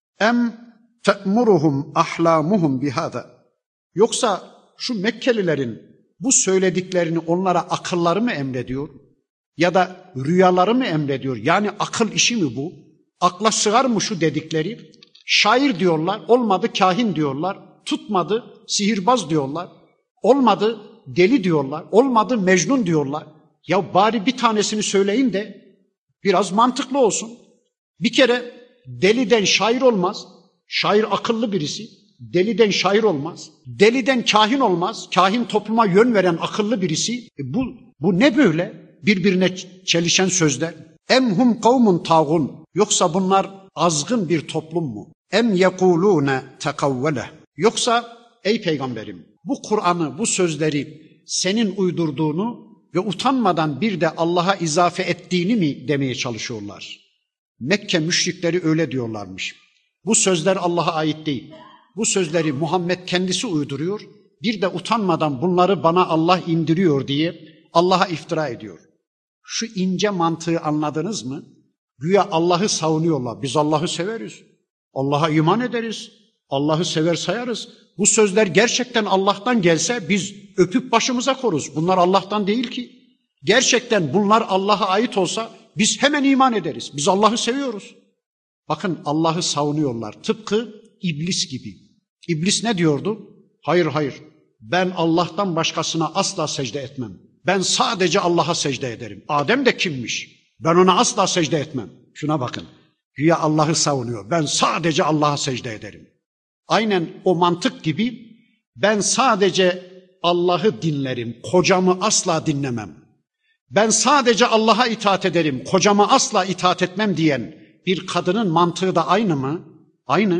Em te'muruhum ahlamuhum bihâda. Yoksa şu Mekkelilerin bu söylediklerini onlara akılları mı emrediyor? Ya da rüyaları mı emrediyor? Yani akıl işi mi bu? Akla sığar mı şu dedikleri? Şair diyorlar, olmadı kahin diyorlar, tutmadı sihirbaz diyorlar, olmadı deli diyorlar, olmadı Mecnun diyorlar. Ya bari bir tanesini söyleyin de biraz mantıklı olsun. Bir kere deliden şair olmaz, şair akıllı birisi. Deliden şair olmaz, deliden kahin olmaz, kahin topluma yön veren akıllı birisi. Bu ne böyle? Birbirine çelişen sözler. Emhum kavmun tağun. Yoksa bunlar azgın bir toplum mu? Em yekulune tekavvele. Yoksa ey peygamberim bu Kur'an'ı, bu sözleri senin uydurduğunu ve utanmadan bir de Allah'a izafe ettiğini mi demeye çalışıyorlar? Mekke müşrikleri öyle diyorlarmış. Bu sözler Allah'a ait değil. Bu sözleri Muhammed kendisi uyduruyor. Bir de utanmadan bunları bana Allah indiriyor diye Allah'a iftira ediyor. Şu ince mantığı anladınız mı? Güya Allah'ı savunuyorlar. Biz Allah'ı severiz. Allah'a iman ederiz. Allah'ı sever sayarız. Bu sözler gerçekten Allah'tan gelse biz öpüp başımıza koruz. Bunlar Allah'tan değil ki. Gerçekten bunlar Allah'a ait olsa biz hemen iman ederiz. Biz Allah'ı seviyoruz. Bakın Allah'ı savunuyorlar. Tıpkı iblis gibi. İblis ne diyordu? Hayır, ben Allah'tan başkasına asla secde etmem. Ben sadece Allah'a secde ederim. Adem de kimmiş? Ben ona asla secde etmem. Şuna bakın. Güya Allah'ı savunuyor. Ben sadece Allah'a secde ederim. Aynen o mantık gibi ben sadece Allah'ı dinlerim. Kocamı asla dinlemem. Ben sadece Allah'a itaat ederim. Kocama asla itaat etmem diyen bir kadının mantığı da aynı mı? Aynı.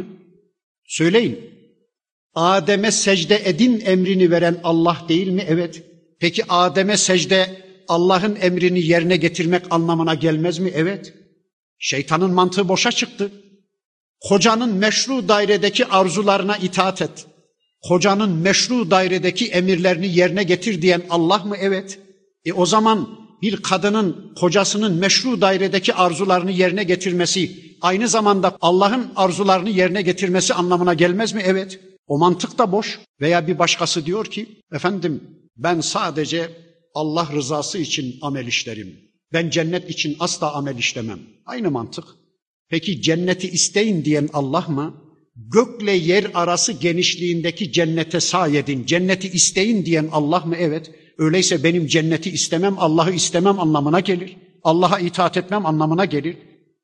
Söyleyin. Adem'e secde edin emrini veren Allah değil mi? Evet. Peki Adem'e secde Allah'ın emrini yerine getirmek anlamına gelmez mi? Evet. Şeytanın mantığı boşa çıktı. Kocanın meşru dairedeki arzularına itaat et. Kocanın meşru dairedeki emirlerini yerine getir diyen Allah mı? Evet. O zaman bir kadının kocasının meşru dairedeki arzularını yerine getirmesi aynı zamanda Allah'ın arzularını yerine getirmesi anlamına gelmez mi? Evet. O mantık da boş. Veya bir başkası diyor ki, efendim ben sadece Allah rızası için amel işlerim. Ben cennet için asla amel işlemem. Aynı mantık. Peki cenneti isteyin diyen Allah mı? Gökle yer arası genişliğindeki cennete sayedin, cenneti isteyin diyen Allah mı? Evet. Öyleyse benim cenneti istemem, Allah'ı istemem anlamına gelir. Allah'a itaat etmem anlamına gelir.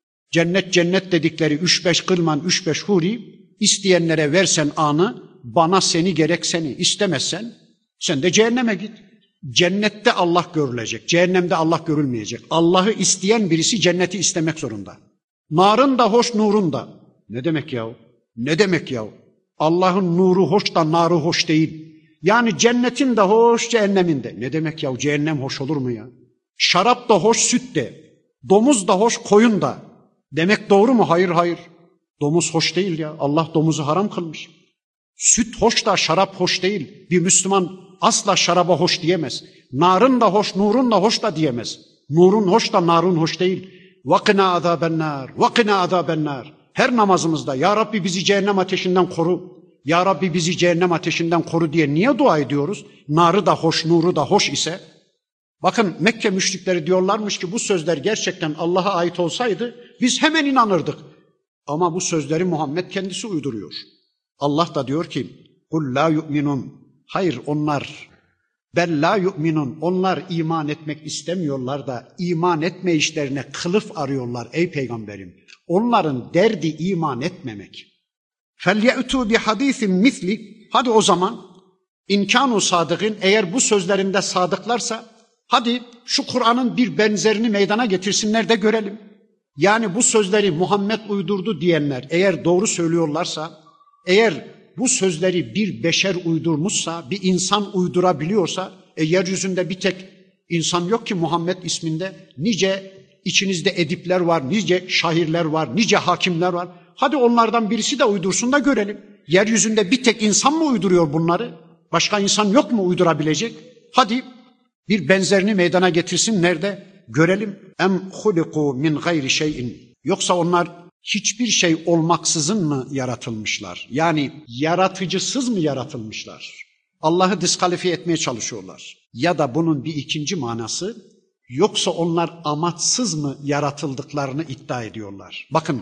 Cennet dedikleri 3-5 kılman, 3-5 huri, isteyenlere versen anı, bana seni gerek seni. İstemezsen sen de cehenneme git. Cennette Allah görülecek, cehennemde Allah görülmeyecek. Allah'ı isteyen birisi cenneti istemek zorunda. Narın da hoş, nurun da. Ne demek ya? Ne demek ya? Allah'ın nuru hoş da narı hoş değil. Yani cennetin de hoş, cehennemin de. Ne demek ya? Cehennem hoş olur mu ya? Şarap da hoş, süt de. Domuz da hoş, koyun da. Demek doğru mu? Hayır. Domuz hoş değil ya. Allah domuzu haram kılmış. Süt hoş da şarap hoş değil. Bir Müslüman asla şaraba hoş diyemez. Narın da hoş, nurun da hoş da diyemez. Nurun hoş da narun hoş değil. وَقِنَا عَذَابَ النَّارِ وَقِنَا عَذَابَ النَّارِ. Her namazımızda Ya Rabbi bizi cehennem ateşinden koru. Ya Rabbi bizi cehennem ateşinden koru diye niye dua ediyoruz? Narı da hoş, nuru da hoş ise. Bakın Mekke müşrikleri diyorlarmış ki bu sözler gerçekten Allah'a ait olsaydı biz hemen inanırdık. Ama bu sözleri Muhammed kendisi uyduruyor. Allah da diyor ki قُلْ لَا يُؤْمِنُونَ. Hayır onlar, bel la yu'minun. Onlar iman etmek istemiyorlar da iman etme işlerine kılıf arıyorlar ey peygamberim. Onların derdi iman etmemek. فَلْيَأْتُوا بِحَدِيثٍ مِثْلِ. Hadi o zaman inkânu sadıkın, eğer bu sözlerinde sadıklarsa hadi şu Kur'an'ın bir benzerini meydana getirsinler de görelim. Yani bu sözleri Muhammed uydurdu diyenler eğer doğru söylüyorlarsa, eğer bu sözleri bir beşer uydurmuşsa, bir insan uydurabiliyorsa, yeryüzünde bir tek insan yok ki Muhammed isminde. Nice içinizde edipler var, nice şairler var, nice hakimler var. Hadi onlardan birisi de uydursun da görelim. Yeryüzünde bir tek insan mı uyduruyor bunları? Başka insan yok mu uydurabilecek? Hadi bir benzerini meydana getirsin, nerede? Görelim. Em huliku min gayri şeyin. Yoksa onlar hiçbir şey olmaksızın mı yaratılmışlar? Yani yaratıcısız mı yaratılmışlar? Allah'ı diskalifiye etmeye çalışıyorlar. Ya da bunun bir ikinci manası, yoksa onlar amaçsız mı yaratıldıklarını iddia ediyorlar. Bakın,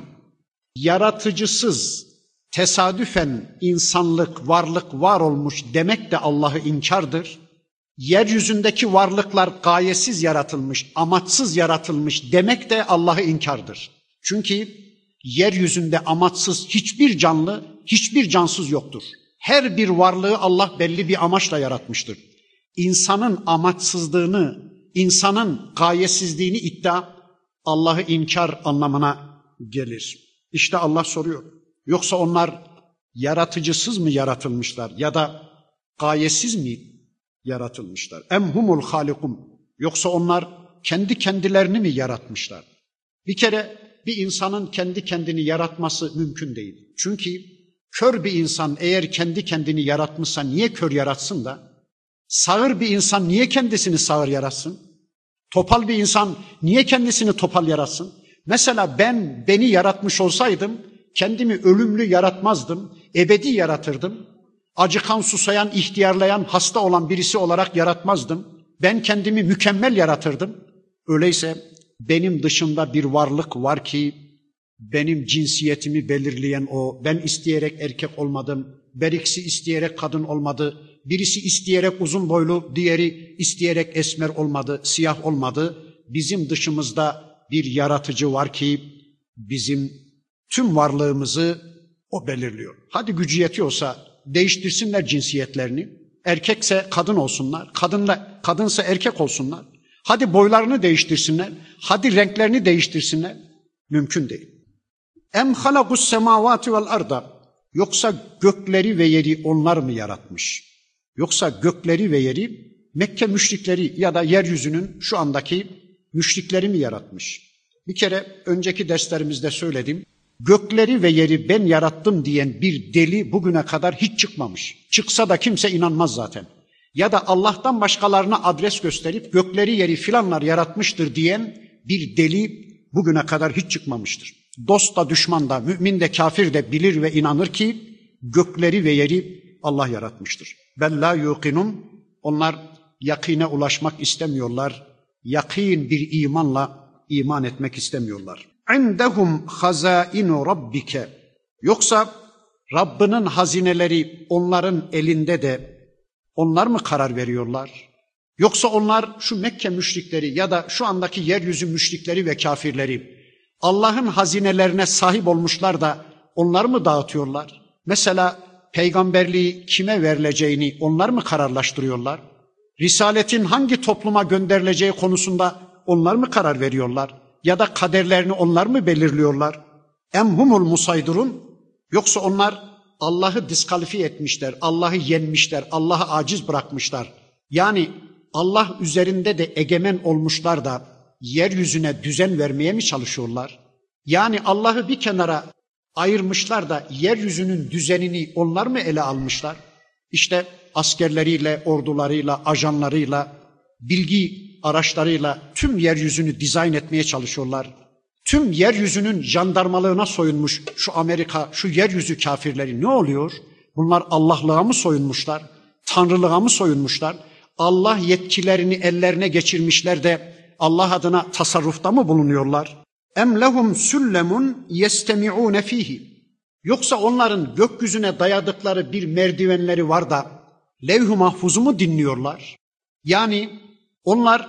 yaratıcısız, tesadüfen insanlık, varlık var olmuş demek de Allah'ı inkardır. Yeryüzündeki varlıklar gayesiz yaratılmış, amaçsız yaratılmış demek de Allah'ı inkardır. Çünkü yeryüzünde amaçsız hiçbir canlı, hiçbir cansız yoktur. Her bir varlığı Allah belli bir amaçla yaratmıştır. İnsanın amaçsızlığını, insanın gayesizliğini iddia, Allah'ı inkar anlamına gelir. İşte Allah soruyor. Yoksa onlar yaratıcısız mı yaratılmışlar ya da gayesiz mi yaratılmışlar? Em humul halikum. Yoksa onlar kendi kendilerini mi yaratmışlar? Bir kere bir insanın kendi kendini yaratması mümkün değil. Çünkü kör bir insan eğer kendi kendini yaratmışsa niye kör yaratsın da? Sağır bir insan niye kendisini sağır yaratsın? Topal bir insan niye kendisini topal yaratsın? Mesela ben beni yaratmış olsaydım kendimi ölümlü yaratmazdım, ebedi yaratırdım. Acıkan, susayan, ihtiyarlayan, hasta olan birisi olarak yaratmazdım. Ben kendimi mükemmel yaratırdım. Öyleyse benim dışımda bir varlık var ki benim cinsiyetimi belirleyen o. Ben isteyerek erkek olmadım, birisi isteyerek kadın olmadı, birisi isteyerek uzun boylu, diğeri isteyerek esmer olmadı, siyah olmadı. Bizim dışımızda bir yaratıcı var ki bizim tüm varlığımızı o belirliyor. Hadi gücü yetiyorsa değiştirsinler cinsiyetlerini. Erkekse kadın olsunlar, kadınsa erkek olsunlar. Hadi boylarını değiştirsinler, hadi renklerini değiştirsinler. Mümkün değil. Em halakus semavati vel arda. Yoksa gökleri ve yeri onlar mı yaratmış? Yoksa gökleri ve yeri Mekke müşrikleri ya da yeryüzünün şu andaki müşrikleri mi yaratmış? Bir kere önceki derslerimizde söyledim. Gökleri ve yeri ben yarattım diyen bir deli bugüne kadar hiç çıkmamış. Çıksa da kimse inanmaz zaten. Ya da Allah'tan başkalarına adres gösterip gökleri yeri filanlar yaratmıştır diyen bir deli bugüne kadar hiç çıkmamıştır. Dost da düşman da, mümin de kafir de bilir ve inanır ki gökleri ve yeri Allah yaratmıştır. Bella yuqinun. Onlar yakine ulaşmak istemiyorlar. Yakin bir imanla iman etmek istemiyorlar. İndehum hazainu rabbike. Yoksa Rabbinin hazineleri onların elinde de onlar mı karar veriyorlar? Yoksa onlar şu Mekke müşrikleri ya da şu andaki yeryüzü müşrikleri ve kafirleri Allah'ın hazinelerine sahip olmuşlar da onlar mı dağıtıyorlar? Mesela peygamberliği kime verileceğini onlar mı kararlaştırıyorlar? Risaletin hangi topluma gönderileceği konusunda onlar mı karar veriyorlar? Ya da kaderlerini onlar mı belirliyorlar? Em humul musaydurun. Yoksa onlar Allah'ı diskalifiye etmişler, Allah'ı yenmişler, Allah'ı aciz bırakmışlar. Yani Allah üzerinde de egemen olmuşlar da yeryüzüne düzen vermeye mi çalışıyorlar? Yani Allah'ı bir kenara ayırmışlar da yeryüzünün düzenini onlar mı ele almışlar? İşte askerleriyle, ordularıyla, ajanlarıyla, bilgi araçlarıyla tüm yeryüzünü dizayn etmeye çalışıyorlar. Tüm yeryüzünün jandarmalığına soyunmuş şu Amerika, şu yeryüzü kafirleri ne oluyor? Bunlar Allah'lığa mı soyunmuşlar? Tanrılığa mı soyunmuşlar? Allah yetkilerini ellerine geçirmişler de Allah adına tasarrufta mı bulunuyorlar? Em lehum süllemun yestemi'ûne fîhî. Yoksa onların gökyüzüne dayadıkları bir merdivenleri var da levh-i mahfuzu mu dinliyorlar? Yani onlar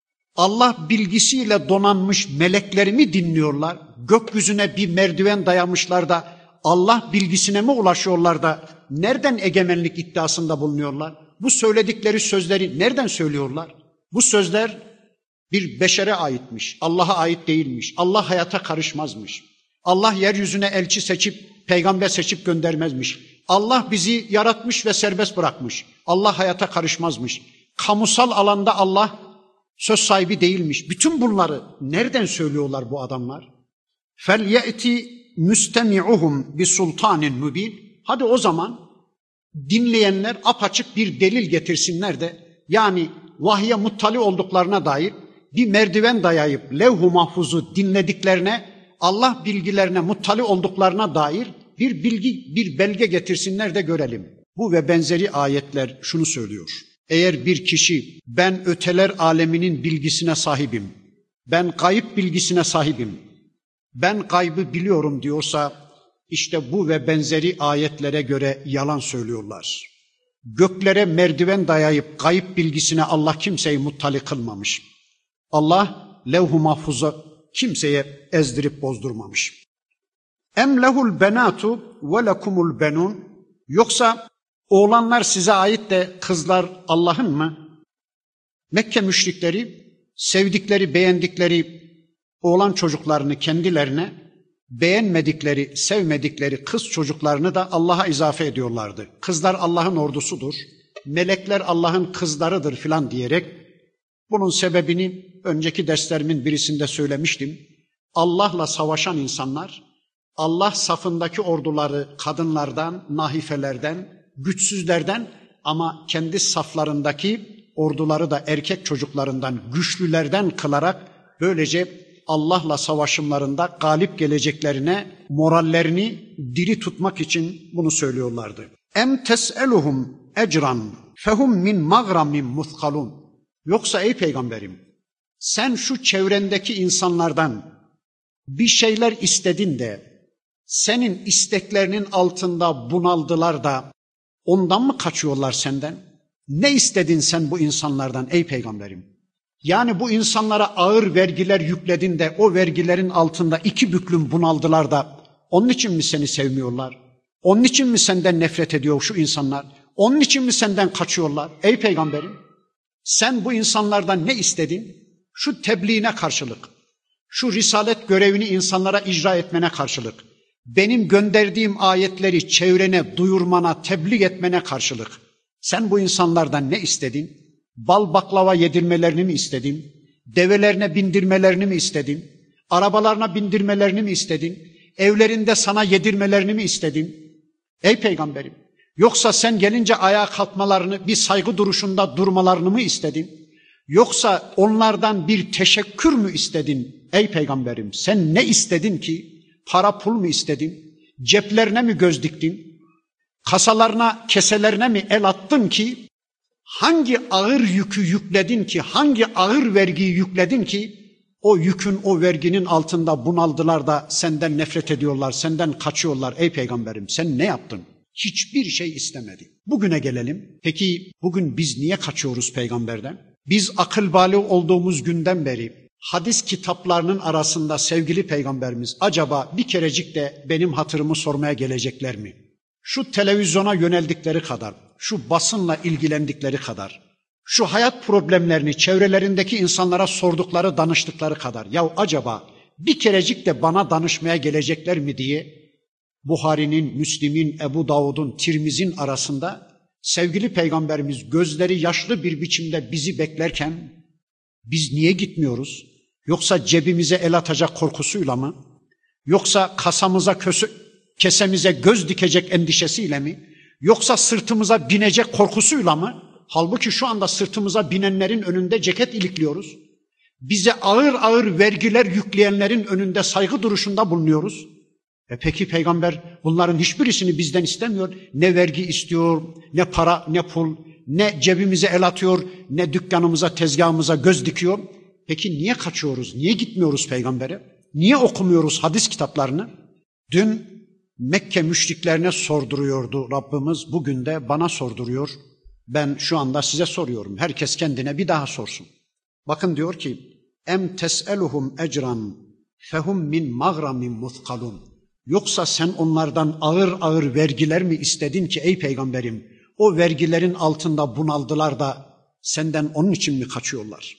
Allah bilgisiyle donanmış melekleri mi dinliyorlar? Gökyüzüne bir merdiven dayamışlar da Allah bilgisine mi ulaşıyorlar da nereden egemenlik iddiasında bulunuyorlar? Bu söyledikleri sözleri nereden söylüyorlar? Bu sözler bir beşere aitmiş, Allah'a ait değilmiş, Allah hayata karışmazmış. Allah yeryüzüne elçi seçip, peygamber seçip göndermezmiş. Allah bizi yaratmış ve serbest bırakmış. Allah hayata karışmazmış. Kamusal alanda Allah söz sahibi değilmiş. Bütün bunları nereden söylüyorlar bu adamlar? فَلْيَأْتِ مُسْتَمِعُهُمْ بِسُلْطَانٍ مُبِينٍ. Hadi o zaman dinleyenler apaçık bir delil getirsinler de, yani vahye muttali olduklarına dair bir merdiven dayayıp levh-u mahfuzu dinlediklerine, Allah bilgilerine muttali olduklarına dair bir bilgi, bir belge getirsinler de görelim. Bu ve benzeri ayetler şunu söylüyor. Eğer bir kişi ben öteler aleminin bilgisine sahibim, ben gayb bilgisine sahibim, ben gaybı biliyorum diyorsa, işte bu ve benzeri ayetlere göre yalan söylüyorlar. Göklere merdiven dayayıp gayb bilgisine Allah kimseyi muttali kılmamış. Allah levh-u mahfuza kimseye ezdirip bozdurmamış. Em lehul benatu ve lekumul benun. Yoksa oğlanlar size ait de kızlar Allah'ın mı? Mekke müşrikleri sevdikleri, beğendikleri oğlan çocuklarını kendilerine, beğenmedikleri, sevmedikleri kız çocuklarını da Allah'a izafe ediyorlardı. Kızlar Allah'ın ordusudur, melekler Allah'ın kızlarıdır filan diyerek, bunun sebebini önceki derslerimin birisinde söylemiştim. Allah'la savaşan insanlar, Allah safındaki orduları kadınlardan, nahifelerden, güçsüzlerden, ama kendi saflarındaki orduları da erkek çocuklarından, güçlülerden kılarak böylece Allah'la savaşımlarında galip geleceklerine, morallerini diri tutmak için bunu söylüyorlardı. Em tes'eluhum ecran fehum min maghramin muthkalun. Yoksa ey peygamberim, sen şu çevrendeki insanlardan bir şeyler istedin de senin isteklerinin altında bunaldılar da ondan mı kaçıyorlar senden? Ne istedin sen bu insanlardan ey peygamberim? Yani bu insanlara ağır vergiler yükledin de o vergilerin altında iki büklüm bunaldılar da onun için mi seni sevmiyorlar? Onun için mi senden nefret ediyor şu insanlar? Onun için mi senden kaçıyorlar ey peygamberim? Sen bu insanlardan ne istedin? Şu tebliğine karşılık, şu risalet görevini insanlara icra etmene karşılık, benim gönderdiğim ayetleri çevrene duyurmana, tebliğ etmene karşılık sen bu insanlardan ne istedin? Bal baklava yedirmelerini mi istedin? Develerine bindirmelerini mi istedin? Arabalarına bindirmelerini mi istedin? Evlerinde sana yedirmelerini mi istedin? Ey peygamberim, yoksa sen gelince ayağa kalkmalarını, bir saygı duruşunda durmalarını mı istedin? Yoksa onlardan bir teşekkür mü istedin ey peygamberim? Sen ne istedin ki? Para pul mu istedin? Ceplerine mi göz diktin? Kasalarına, keselerine mi el attın ki? Hangi ağır yükü yükledin ki, hangi ağır vergiyi yükledin ki o yükün, o verginin altında bunaldılar da senden nefret ediyorlar, senden kaçıyorlar ey peygamberim? Sen ne yaptın? Hiçbir şey istemedi. Bugüne gelelim. Peki bugün biz niye kaçıyoruz peygamberden? Biz akıl bali olduğumuz günden beri hadis kitaplarının arasında sevgili peygamberimiz acaba bir kerecik de benim hatırımı sormaya gelecekler mi? Şu televizyona yöneldikleri kadar, şu basınla ilgilendikleri kadar, şu hayat problemlerini çevrelerindeki insanlara sordukları, danıştıkları kadar, ya acaba bir kerecik de bana danışmaya gelecekler mi diye Buhari'nin, Müslim'in, Ebu Davud'un, Tirmiz'in arasında sevgili peygamberimiz gözleri yaşlı bir biçimde bizi beklerken biz niye gitmiyoruz? Yoksa cebimize el atacak korkusuyla mı? Yoksa kasamıza, kesemize göz dikecek endişesiyle mi? Yoksa sırtımıza binecek korkusuyla mı? Halbuki şu anda sırtımıza binenlerin önünde ceket ilikliyoruz. Bize ağır ağır vergiler yükleyenlerin önünde saygı duruşunda bulunuyoruz. Peki peygamber bunların hiçbirisini bizden istemiyor. Ne vergi istiyor, ne para, ne pul, ne cebimize el atıyor, ne dükkanımıza, tezgahımıza göz dikiyor. Peki niye kaçıyoruz? Niye gitmiyoruz peygambere? Niye okumuyoruz hadis kitaplarını? Dün Mekke müşriklerine sorduruyordu Rabbimiz, bugün de bana sorduruyor. Ben şu anda size soruyorum. Herkes kendine bir daha sorsun. Bakın diyor ki: Em tes'eluhum ecran fehum min maghramin muthkalun. Yoksa sen onlardan ağır ağır vergiler mi istedin ki ey peygamberim? O vergilerin altında bunaldılar da senden onun için mi kaçıyorlar?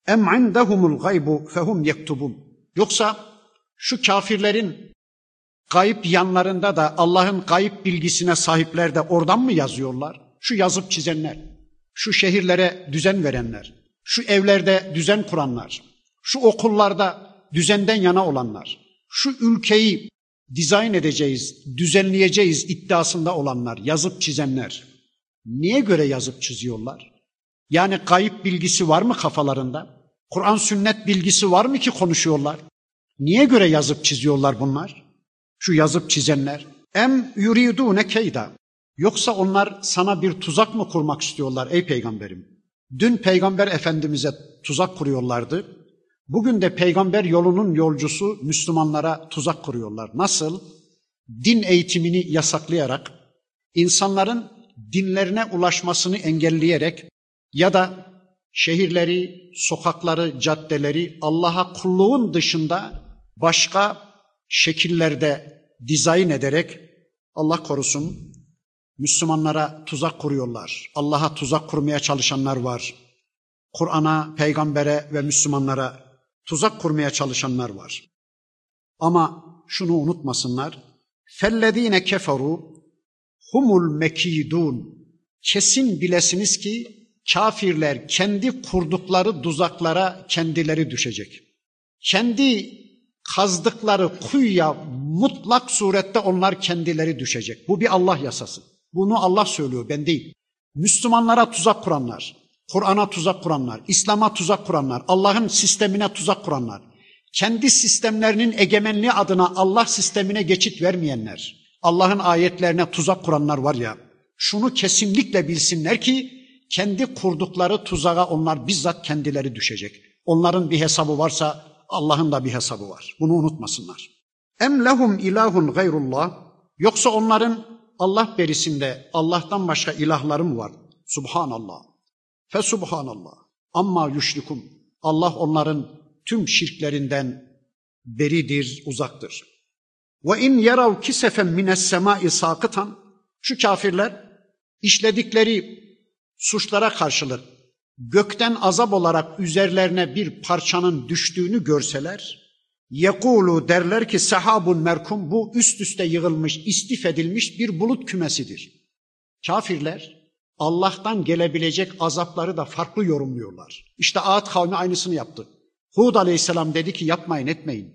Em indehumul gaybu fehum yektubun. Yoksa şu kafirlerin gayb yanlarında da Allah'ın gayb bilgisine sahipler de oradan mı yazıyorlar? Şu yazıp çizenler, şu şehirlere düzen verenler, şu evlerde düzen kuranlar, şu okullarda düzenden yana olanlar, şu ülkeyi dizayn edeceğiz, düzenleyeceğiz iddiasında olanlar, yazıp çizenler. Niye göre yazıp çiziyorlar? Yani gayb bilgisi var mı kafalarında? Kur'an sünnet bilgisi var mı ki konuşuyorlar? Niye göre yazıp çiziyorlar bunlar? Şu yazıp çizenler. Em yuridune keyda. Yoksa onlar sana bir tuzak mı kurmak istiyorlar ey peygamberim? Dün peygamber efendimize tuzak kuruyorlardı. Bugün de peygamber yolunun yolcusu Müslümanlara tuzak kuruyorlar. Nasıl? Din eğitimini yasaklayarak, insanların dinlerine ulaşmasını engelleyerek ya da şehirleri, sokakları, caddeleri Allah'a kulluğun dışında başka şekillerde dizayn ederek, Allah korusun, Müslümanlara tuzak kuruyorlar. Allah'a tuzak kurmaya çalışanlar var. Kur'an'a, peygambere ve Müslümanlara tuzak kurmaya çalışanlar var. Ama şunu unutmasınlar. فَالَّذ۪ينَ كَفَرُوا humul mekidun. Kesin bilesiniz ki kafirler kendi kurdukları tuzaklara kendileri düşecek. Kendi kazdıkları kuyuya mutlak surette onlar kendileri düşecek. Bu bir Allah yasası. Bunu Allah söylüyor, ben değil. Müslümanlara tuzak kuranlar, Kur'an'a tuzak kuranlar, İslam'a tuzak kuranlar, Allah'ın sistemine tuzak kuranlar, kendi sistemlerinin egemenliği adına Allah sistemine geçit vermeyenler, Allah'ın ayetlerine tuzak kuranlar var ya, şunu kesinlikle bilsinler ki kendi kurdukları tuzağa onlar bizzat kendileri düşecek. Onların bir hesabı varsa Allah'ın da bir hesabı var. Bunu unutmasınlar. Em lehum ilahun gayrullah. Yoksa onların Allah berisinde Allah'tan başka ilahları mı var? Subhanallah. Fesubhanallah. Amma yüşrikum. Allah onların tüm şirklerinden beridir, uzaktır. Ve in yerav kisefen mines semai sakıtan. Şu kafirler işledikleri suçlara karşılık gökten azap olarak üzerlerine bir parçanın düştüğünü görseler, yekulu derler ki sahabun merkum, bu üst üste yığılmış, istif edilmiş bir bulut kümesidir. Kafirler Allah'tan gelebilecek azapları da farklı yorumluyorlar. İşte Ad kavmi aynısını yaptı. Hud aleyhisselam dedi ki yapmayın etmeyin.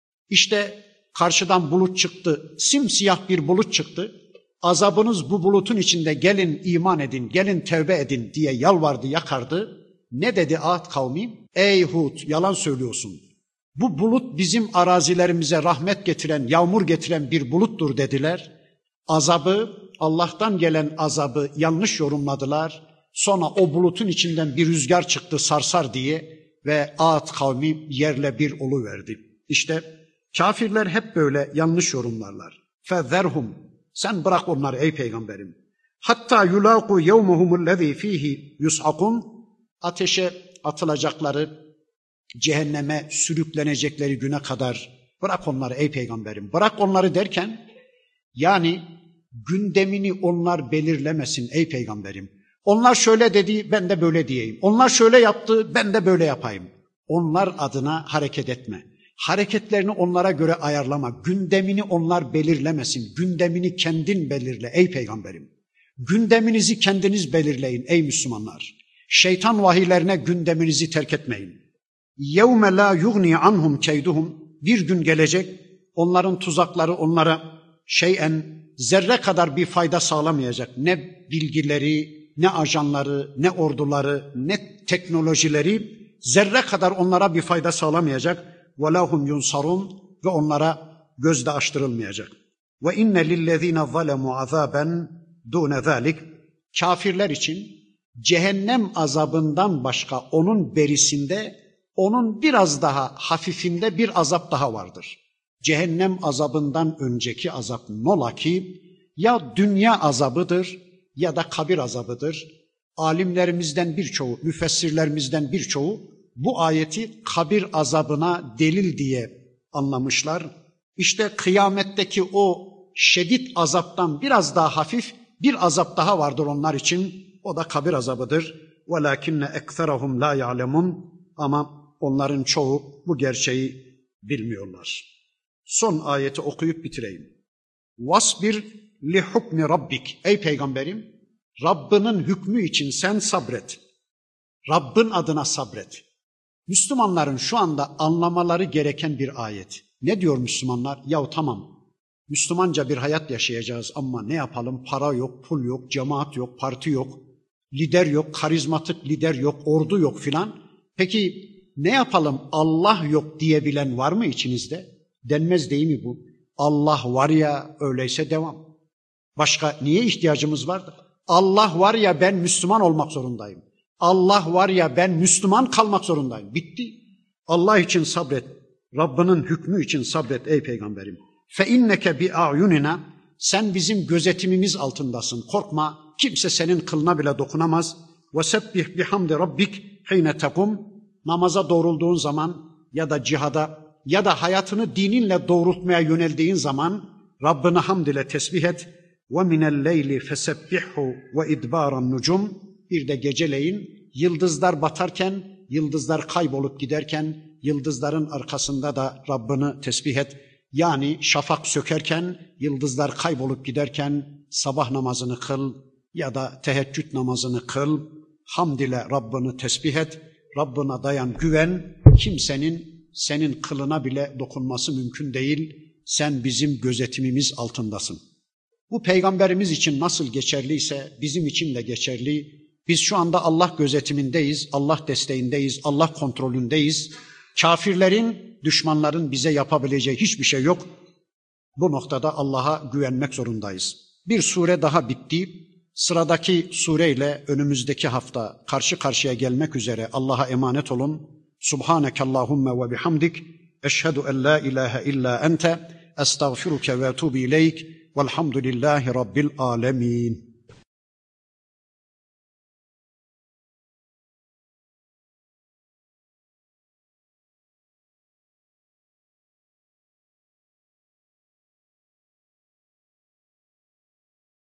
İşte karşıdan bulut çıktı, simsiyah bir bulut çıktı. Azabınız bu bulutun içinde, gelin iman edin, gelin tevbe edin diye yalvardı, yakardı. Ne dedi Ad kavmi? Ey Hud, yalan söylüyorsun. Bu bulut bizim arazilerimize rahmet getiren, yağmur getiren bir buluttur dediler. Azabı, Allah'tan gelen azabı yanlış yorumladılar. Sonra o bulutun içinden bir rüzgar çıktı sarsar diye ve Ad kavmi yerle bir oluverdi. İşte kafirler hep böyle yanlış yorumlarlar. Fezerhum. Sen bırak onları ey peygamberim. Hatta yulaqu yevmuhumullezî fîhî yus'akun. Ateşe atılacakları, cehenneme sürüklenecekleri güne kadar bırak onları ey peygamberim. Bırak onları derken yani gündemini onlar belirlemesin ey peygamberim. Onlar şöyle dedi, ben de böyle diyeyim. Onlar şöyle yaptı, ben de böyle yapayım. Onlar adına hareket etme. Hareketlerini onlara göre ayarlama. Gündemini onlar belirlemesin. Gündemini kendin belirle ey peygamberim. Gündeminizi kendiniz belirleyin ey Müslümanlar. Şeytan vahiylerine gündeminizi terk etmeyin. يَوْمَ لَا يُغْنِي عَنْهُمْ كَيْدُهُمْ. Bir gün gelecek, onların tuzakları onlara zerre kadar bir fayda sağlamayacak. Ne bilgileri, ne ajanları, ne orduları, ne teknolojileri zerre kadar onlara bir fayda sağlamayacak. وَلَهُمْ يُنْصَرُونَ. Ve onlara gözde açtırılmayacak. وَاِنَّ لِلَّذ۪ينَ ظَلَمُوا عَذَابًا دُونَ ذَٰلِكَ. Kafirler için cehennem azabından başka onun berisinde, onun biraz daha hafifinde bir azap daha vardır. Cehennem azabından önceki azap nola ki ya dünya azabıdır ya da kabir azabıdır. Alimlerimizden birçoğu, müfessirlerimizden birçoğu bu ayeti kabir azabına delil diye anlamışlar. İşte kıyametteki o şiddet azaptan biraz daha hafif bir azap daha vardır onlar için. O da kabir azabıdır. وَلَكِنَّ اَكْثَرَهُمْ لَا يَعْلَمُونَ. ama onların çoğu bu gerçeği bilmiyorlar. Son ayeti okuyup bitireyim. Vasbir li hukmi rabbik. Ey peygamberim, Rabbinin hükmü için sen sabret. Rabbin adına sabret. Müslümanların şu anda anlamaları gereken bir ayet. Ne diyor Müslümanlar? Yahu tamam, Müslümanca bir hayat yaşayacağız ama ne yapalım? Para yok, pul yok, cemaat yok, parti yok, lider yok, karizmatik lider yok, ordu yok filan. Peki ne yapalım? Allah yok diyebilen var mı içinizde? Denmez değil mi bu? Allah var ya, öyleyse devam. Başka niye ihtiyacımız vardır? Allah var ya, ben Müslüman olmak zorundayım. Allah var ya, ben Müslüman kalmak zorundayım. Bitti. Allah için sabret. Rabbinin hükmü için sabret ey peygamberim. فَاِنَّكَ بِاَعْيُنِنَا. Sen bizim gözetimimiz altındasın. Korkma. Kimse senin kılına bile dokunamaz. وَسَبِّحْ بِحَمْدِ رَبِّكْ حِينَ تَقُمْ. Namaza doğrulduğun zaman ya da cihada ya da hayatını dininle doğrultmaya yöneldiğin zaman Rabbini hamd ile tesbih et. وَمِنَ اللَّيْلِ فَسَبِّحْهُ وَاِدْبَارَ النُّجُمْ. Bir de geceleyin yıldızlar batarken, yıldızlar kaybolup giderken, yıldızların arkasında da Rabbini tesbih et. Yani şafak sökerken, yıldızlar kaybolup giderken sabah namazını kıl ya da teheccüd namazını kıl. Hamd ile Rabbini tesbih et. Rabbine dayan, güven. Kimsenin senin kılına bile dokunması mümkün değil. Sen bizim gözetimimiz altındasın. Bu peygamberimiz için nasıl geçerliyse bizim için de geçerli. Biz şu anda Allah gözetimindeyiz, Allah desteğindeyiz, Allah kontrolündeyiz. Kafirlerin, düşmanların bize yapabileceği hiçbir şey yok. Bu noktada Allah'a güvenmek zorundayız. Bir sure daha bitti. Sıradaki sureyle önümüzdeki hafta karşı karşıya gelmek üzere Allah'a emanet olun. Subhanekallahumma ve bihamdik. Eşhedü en la ilahe illa ente. Estağfiruke ve etubu ileyk. Velhamdülillahi Rabbil alemin.